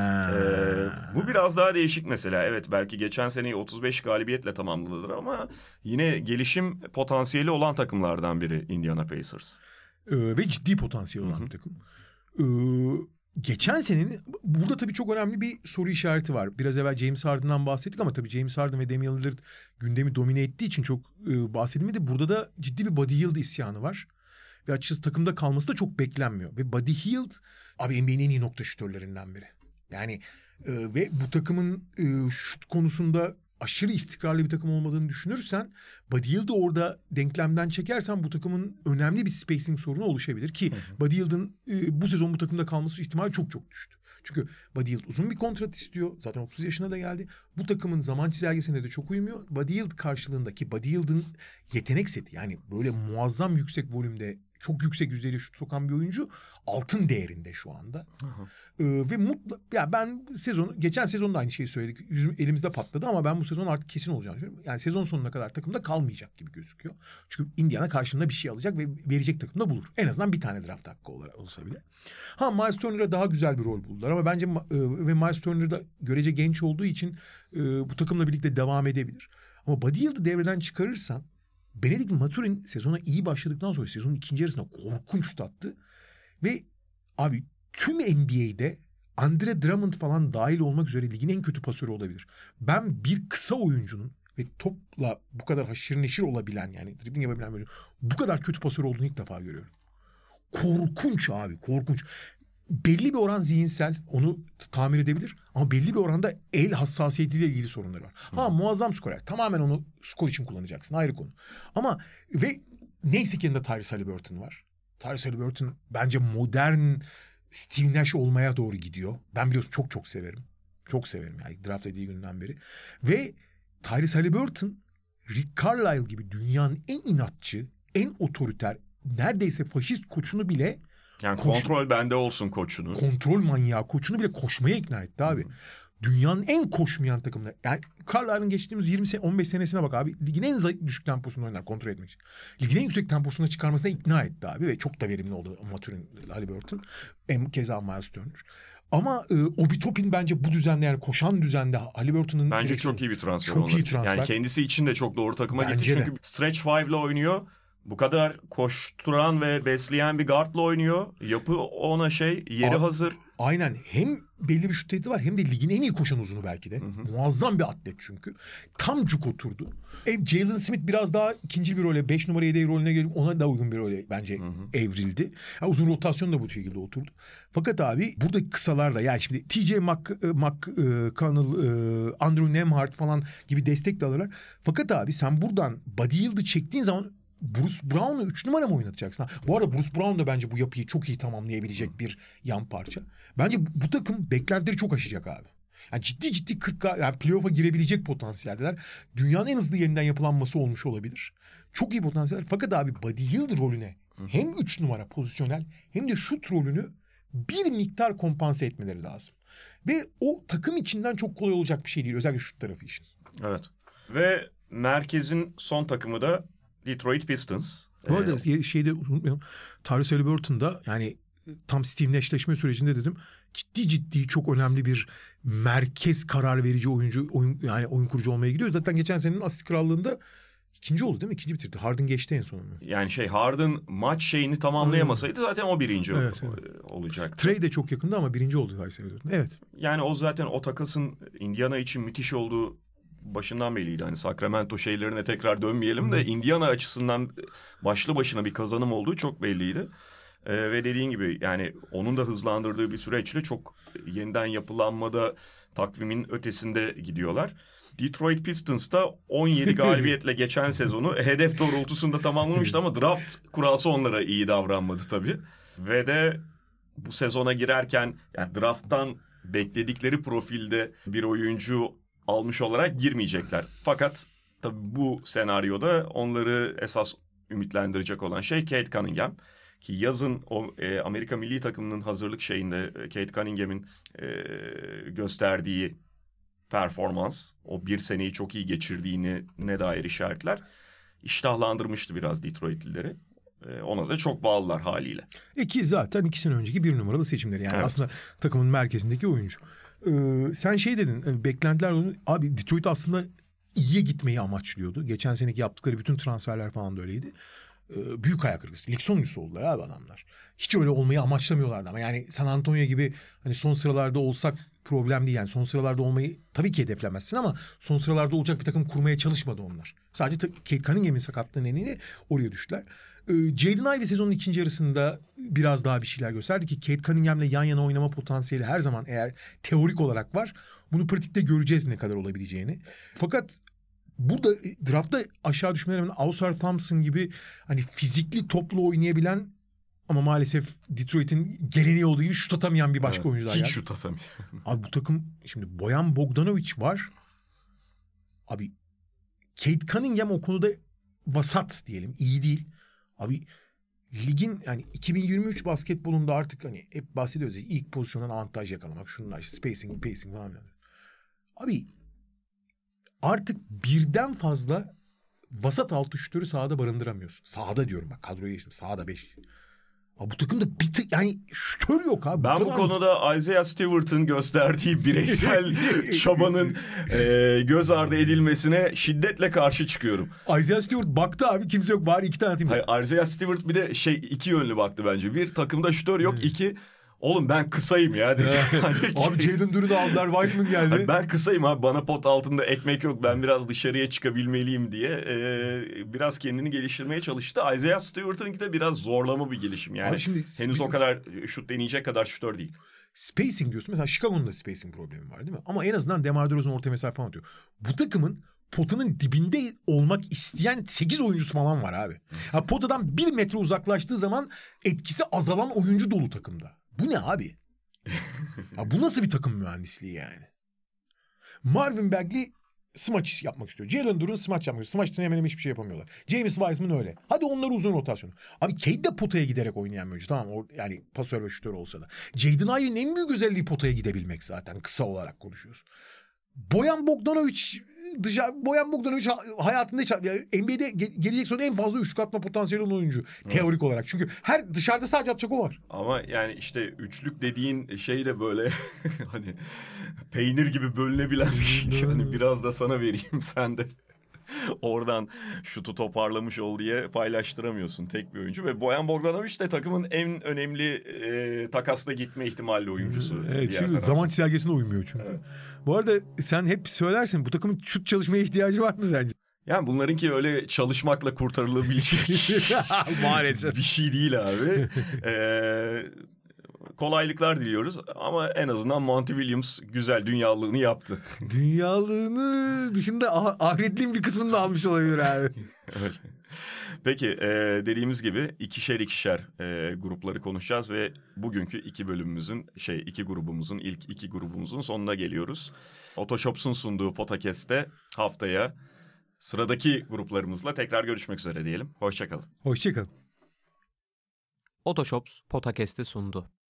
Bu biraz daha değişik mesela. Evet, belki geçen seneyi 35 galibiyetle tamamladılar ama yine gelişim potansiyeli olan takımlardan biri Indiana Pacers. Ve ciddi potansiyeli olan bir takım. Geçen senenin burada tabii çok önemli bir soru işareti var. Biraz evvel James Harden'dan bahsettik ama tabii James Harden ve Damian Lillard gündemi domine ettiği için çok bahsedilmedi. Burada da ciddi bir Buddy Hield isyanı var. Ve açıkçası takımda kalması da çok beklenmiyor. Ve Buddy Hield abi NBA'nin en iyi nokta şütörlerinden biri. Yani ve bu takımın şut konusunda aşırı istikrarlı bir takım olmadığını düşünürsen, Buddy Hield'ı orada denklemden çekersen bu takımın önemli bir spacing sorunu oluşabilir ki Buddy Hield'ın bu sezon bu takımda kalması ihtimali çok çok düştü. Çünkü Buddy Hield uzun bir kontrat istiyor. Zaten 30 yaşına da geldi. Bu takımın zaman çizelgesine de çok uymuyor. Buddy Hield karşılığındaki Buddy Hield'ın yetenek seti, yani böyle muazzam yüksek volümde çok yüksek yüzdeyle şut sokan bir oyuncu, altın değerinde şu anda. Ve ya ben geçen sezonda aynı şeyi söyledik. Elimizde patladı ama ben bu sezon artık kesin olacağını düşünüyorum. Yani sezon sonuna kadar takımda kalmayacak gibi gözüküyor. Çünkü Indiana karşılığında bir şey alacak ve verecek takımda bulur. En azından bir tane draft hakkı olsa bile. Miles Turner'a daha güzel bir rol buldular ama bence ve Miles Turner da görece genç olduğu için bu takımla birlikte devam edebilir. Ama Buddy Hield'ı devreden çıkarırsan, Bennedict Mathurin sezona iyi başladıktan sonra sezonun ikinci yarısında korkunç şut attı. Ve abi tüm NBA'de Andre Drummond falan dahil olmak üzere ligin en kötü pasörü olabilir. Ben bir kısa oyuncunun ve topla bu kadar haşır neşir olabilen, yani dribbling yapabilen bir oyuncunun bu kadar kötü pasör olduğunu ilk defa görüyorum. Korkunç abi, korkunç. Belli bir oran zihinsel, onu tamir edebilir ama belli bir oranda el hassasiyetiyle ilgili sorunları var. Muazzam skorer. Tamamen onu skor için kullanacaksın, ayrı konu. Ama ve neyse ki yanında Tyrese Haliburton var. Tyrese Haliburton bence modern Steve Nash olmaya doğru gidiyor. Ben biliyorsun çok çok severim. Çok severim yani draft edildiği günden beri. Ve Tyrese Haliburton, Rick Carlisle gibi dünyanın en inatçı, en otoriter, neredeyse faşist koçunu bile, yani kontrol bende olsun koçunu, kontrol manyağı koçunu bile koşmaya ikna etti abi. Dünyanın en koşmayan takımına. Yani Carlisle'ın geçtiğimiz 15 senesine bak abi. Ligin en düşük temposunu oynar kontrol etmek için. Ligin en yüksek temposuna çıkarmasına ikna etti abi. Ve çok da verimli oldu Mathurin, Haliburton. Keza Miles Turner. Ama Obi Toppin bence bu düzende, yani koşan düzende Haliburton'un... Bence çok iyi bir transfer. Çok iyi transfer. Yani kendisi için de çok doğru takıma bence gitti. Çünkü stretch 5 ile oynuyor. Bu kadar koşturan ve besleyen bir guardla oynuyor. Yapı ona yeri hazır. Aynen. Hem belli bir şut tehdidi var hem de ligin en iyi koşan uzunu belki de. Muazzam bir atlet çünkü. Tam cuk oturdu. Jalen Smith biraz daha ikinci bir role, 5 numara yedeği rolüne gelip ona da uygun bir role bence evrildi. Yani uzun rotasyon da bu şekilde oturdu. Fakat abi burada kısalar da, yani şimdi TJ McConnell, Andrew Nembhard falan gibi destek de alırlar. Fakat abi sen buradan Buddy Hield'ı çektiğin zaman Bruce Brown'u 3 numara mı oynatacaksın? Bu arada Bruce Brown da bence bu yapıyı çok iyi tamamlayabilecek bir yan parça. Bence bu takım beklentileri çok aşacak abi. Yani ciddi 40'a, yani playoff'a girebilecek potansiyeldeler. Dünyanın en hızlı yeniden yapılanması olmuş olabilir. Çok iyi potansiyeller. Fakat abi Buddy Hield rolüne hem 3 numara pozisyonel hem de şut rolünü bir miktar kompanse etmeleri lazım. Ve o takım içinden çok kolay olacak bir şey değil. Özellikle şut tarafı için. Evet. Ve merkezin son takımı da Detroit Pistons. Bu arada şeyde unutmayalım. Tyrese Haliburton da yani tam Steve Nash'leşme sürecinde dedim. Ciddi çok önemli bir merkez karar verici oyun kurucu olmaya gidiyor. Zaten geçen senenin asist krallığında ikinci oldu değil mi? İkinci bitirdi. Harden geçti en sonunda. Yani Harden maç şeyini tamamlayamasaydı zaten o birinci olacaktı. Trey de çok yakında ama birinci oldu Tyrese Haliburton. Evet. Yani o zaten o takasın Indiana için müthiş olduğu başından belliydi. Hani Sacramento şeylerine tekrar dönmeyelim de Indiana açısından başlı başına bir kazanım olduğu çok belliydi. Ve dediğin gibi yani onun da hızlandırdığı bir süreçle çok yeniden yapılanmada takvimin ötesinde gidiyorlar. Detroit Pistons da 17 galibiyetle geçen sezonu hedef doğrultusunda tamamlamıştı ama draft kurası onlara iyi davranmadı tabii. Ve de bu sezona girerken yani drafttan bekledikleri profilde bir oyuncu almış olarak girmeyecekler. Fakat tabii bu senaryoda onları esas ümitlendirecek olan şey Cade Cunningham. Ki yazın o Amerika milli takımının hazırlık şeyinde Cade Cunningham'in gösterdiği performans, o bir seneyi çok iyi geçirdiğine dair işaretler iştahlandırmıştı biraz Detroitlileri. Ona da çok bağlılar haliyle. Zaten 2 sene önceki 1 numaralı seçimleri. Yani aslında takımın merkezindeki oyuncu. Sen dedin, beklentiler, abi Detroit aslında iyiye gitmeyi amaçlıyordu. Geçen seneki yaptıkları bütün transferler falan da öyleydi. Büyük ayak kırıklığı. Lig sonuncusu oldular abi adamlar. Hiç öyle olmayı amaçlamıyorlardı ama yani San Antonio gibi hani son sıralarda olsak problem değil. Yani son sıralarda olmayı tabii ki hedeflemezsin ama son sıralarda olacak bir takım kurmaya çalışmadı onlar. Sadece Cade Cunningham'in sakatlığının nedeniyle oraya düştüler. Jaden Ivey sezonun ikinci yarısında biraz daha bir şeyler gösterdi ki Cade Cunningham'le yan yana oynama potansiyeli her zaman eğer teorik olarak var. Bunu pratikte göreceğiz ne kadar olabileceğini. Fakat burada draftta aşağı düşmelerinin Ausar Thompson gibi hani fizikli toplu oynayabilen ama maalesef Detroit'in geleneği olduğu gibi şut atamayan bir başka oyuncular. Hiç şut atamıyor. Abi bu takım şimdi Bojan Bogdanovic var. Abi Cade Cunningham o konuda vasat diyelim. İyi değil. Abi ligin yani 2023 basketbolunda artık hani hep bahsediyoruz ya, ilk pozisyondan avantaj yakalamak. Şunlar işte spacing falan filan. Abi artık birden fazla vasat altı şütörü sahada barındıramıyorsun. Sahada diyorum bak, kadroya geçtim. Sahada 5. Abi bu takımda yani şütör yok abi. Ben bu konuda Isaiah Stewart'ın gösterdiği bireysel çabanın göz ardı edilmesine şiddetle karşı çıkıyorum. Isaiah Stewart baktı abi, kimse yok, bari 2 tane atayım. Hayır, Isaiah Stewart bir de iki yönlü baktı bence. Bir, takımda şütör yok. İki, oğlum ben kısayım ya dedi. Abi Jalen Duran'ı aldılar, Wiseman geldi. Ben kısayım abi, bana pot altında ekmek yok, ben biraz dışarıya çıkabilmeliyim diye biraz kendini geliştirmeye çalıştı. Isaiah Stewart'ınki de biraz zorlama bir gelişim yani. Henüz o kadar şut deneyecek kadar şütör değil. Spacing diyorsun. Mesela Chicago'nun da spacing problemi var değil mi? Ama en azından DeMar DeRozan orta mesafe falan atıyor. Bu takımın potanın dibinde olmak isteyen 8 oyuncusu falan var abi. Ha, potadan 1 metre uzaklaştığı zaman etkisi azalan oyuncu dolu takımda. Bu ne abi? Ya bu nasıl bir takım mühendisliği yani? Marvin Bagley smaç yapmak istiyor. Jalen Duran smaç yapmak istiyor. Smaçtan hemen hiçbir şey yapamıyorlar. James Wiseman öyle. Hadi onlar uzun rotasyon. Abi Cade de potaya giderek oynayan bir oyuncu. Tamam, o yani pasör ve şütör olsa da. Jaden Ivey'nin en büyük özelliği potaya gidebilmek zaten. Kısa olarak konuşuyoruz. Bojan Bogdanovic hayatında hiç, NBA'de gelecek sonra en fazla üçlük atma potansiyeli olan oyuncu. Evet. Teorik olarak. Çünkü her dışarıda sadece atacak o var. Ama yani işte üçlük dediğin şey de böyle hani peynir gibi bölünebilen bir şey. Hani biraz da sana vereyim, sen de oradan şutu toparlamış ol diye paylaştıramıyorsun tek bir oyuncu. Ve Bojan Bogdanovic de takımın en önemli takasla gitme ihtimalli oyuncusu. Evet, çünkü zaman çizelgesine uymuyor çünkü. Evet. Bu arada sen hep söylersin, bu takımın şut çalışmaya ihtiyacı var mı sence? Yani bunlarınki öyle çalışmakla kurtarılabilecek maalesef bir şey değil abi. Kolaylıklar diliyoruz ama en azından Monty Williams güzel dünyalığını yaptı. Dünyalığını dışında ahiretliğin bir kısmını da almış olabilir abi. Öyle. Peki dediğimiz gibi ikişer grupları konuşacağız ve bugünkü iki grubumuzun ilk iki grubumuzun sonuna geliyoruz. Otoshops'un sunduğu Potakest'te haftaya sıradaki gruplarımızla tekrar görüşmek üzere diyelim. Hoşça kalın. Hoşça kalın. Otoshops Potakest'i sundu.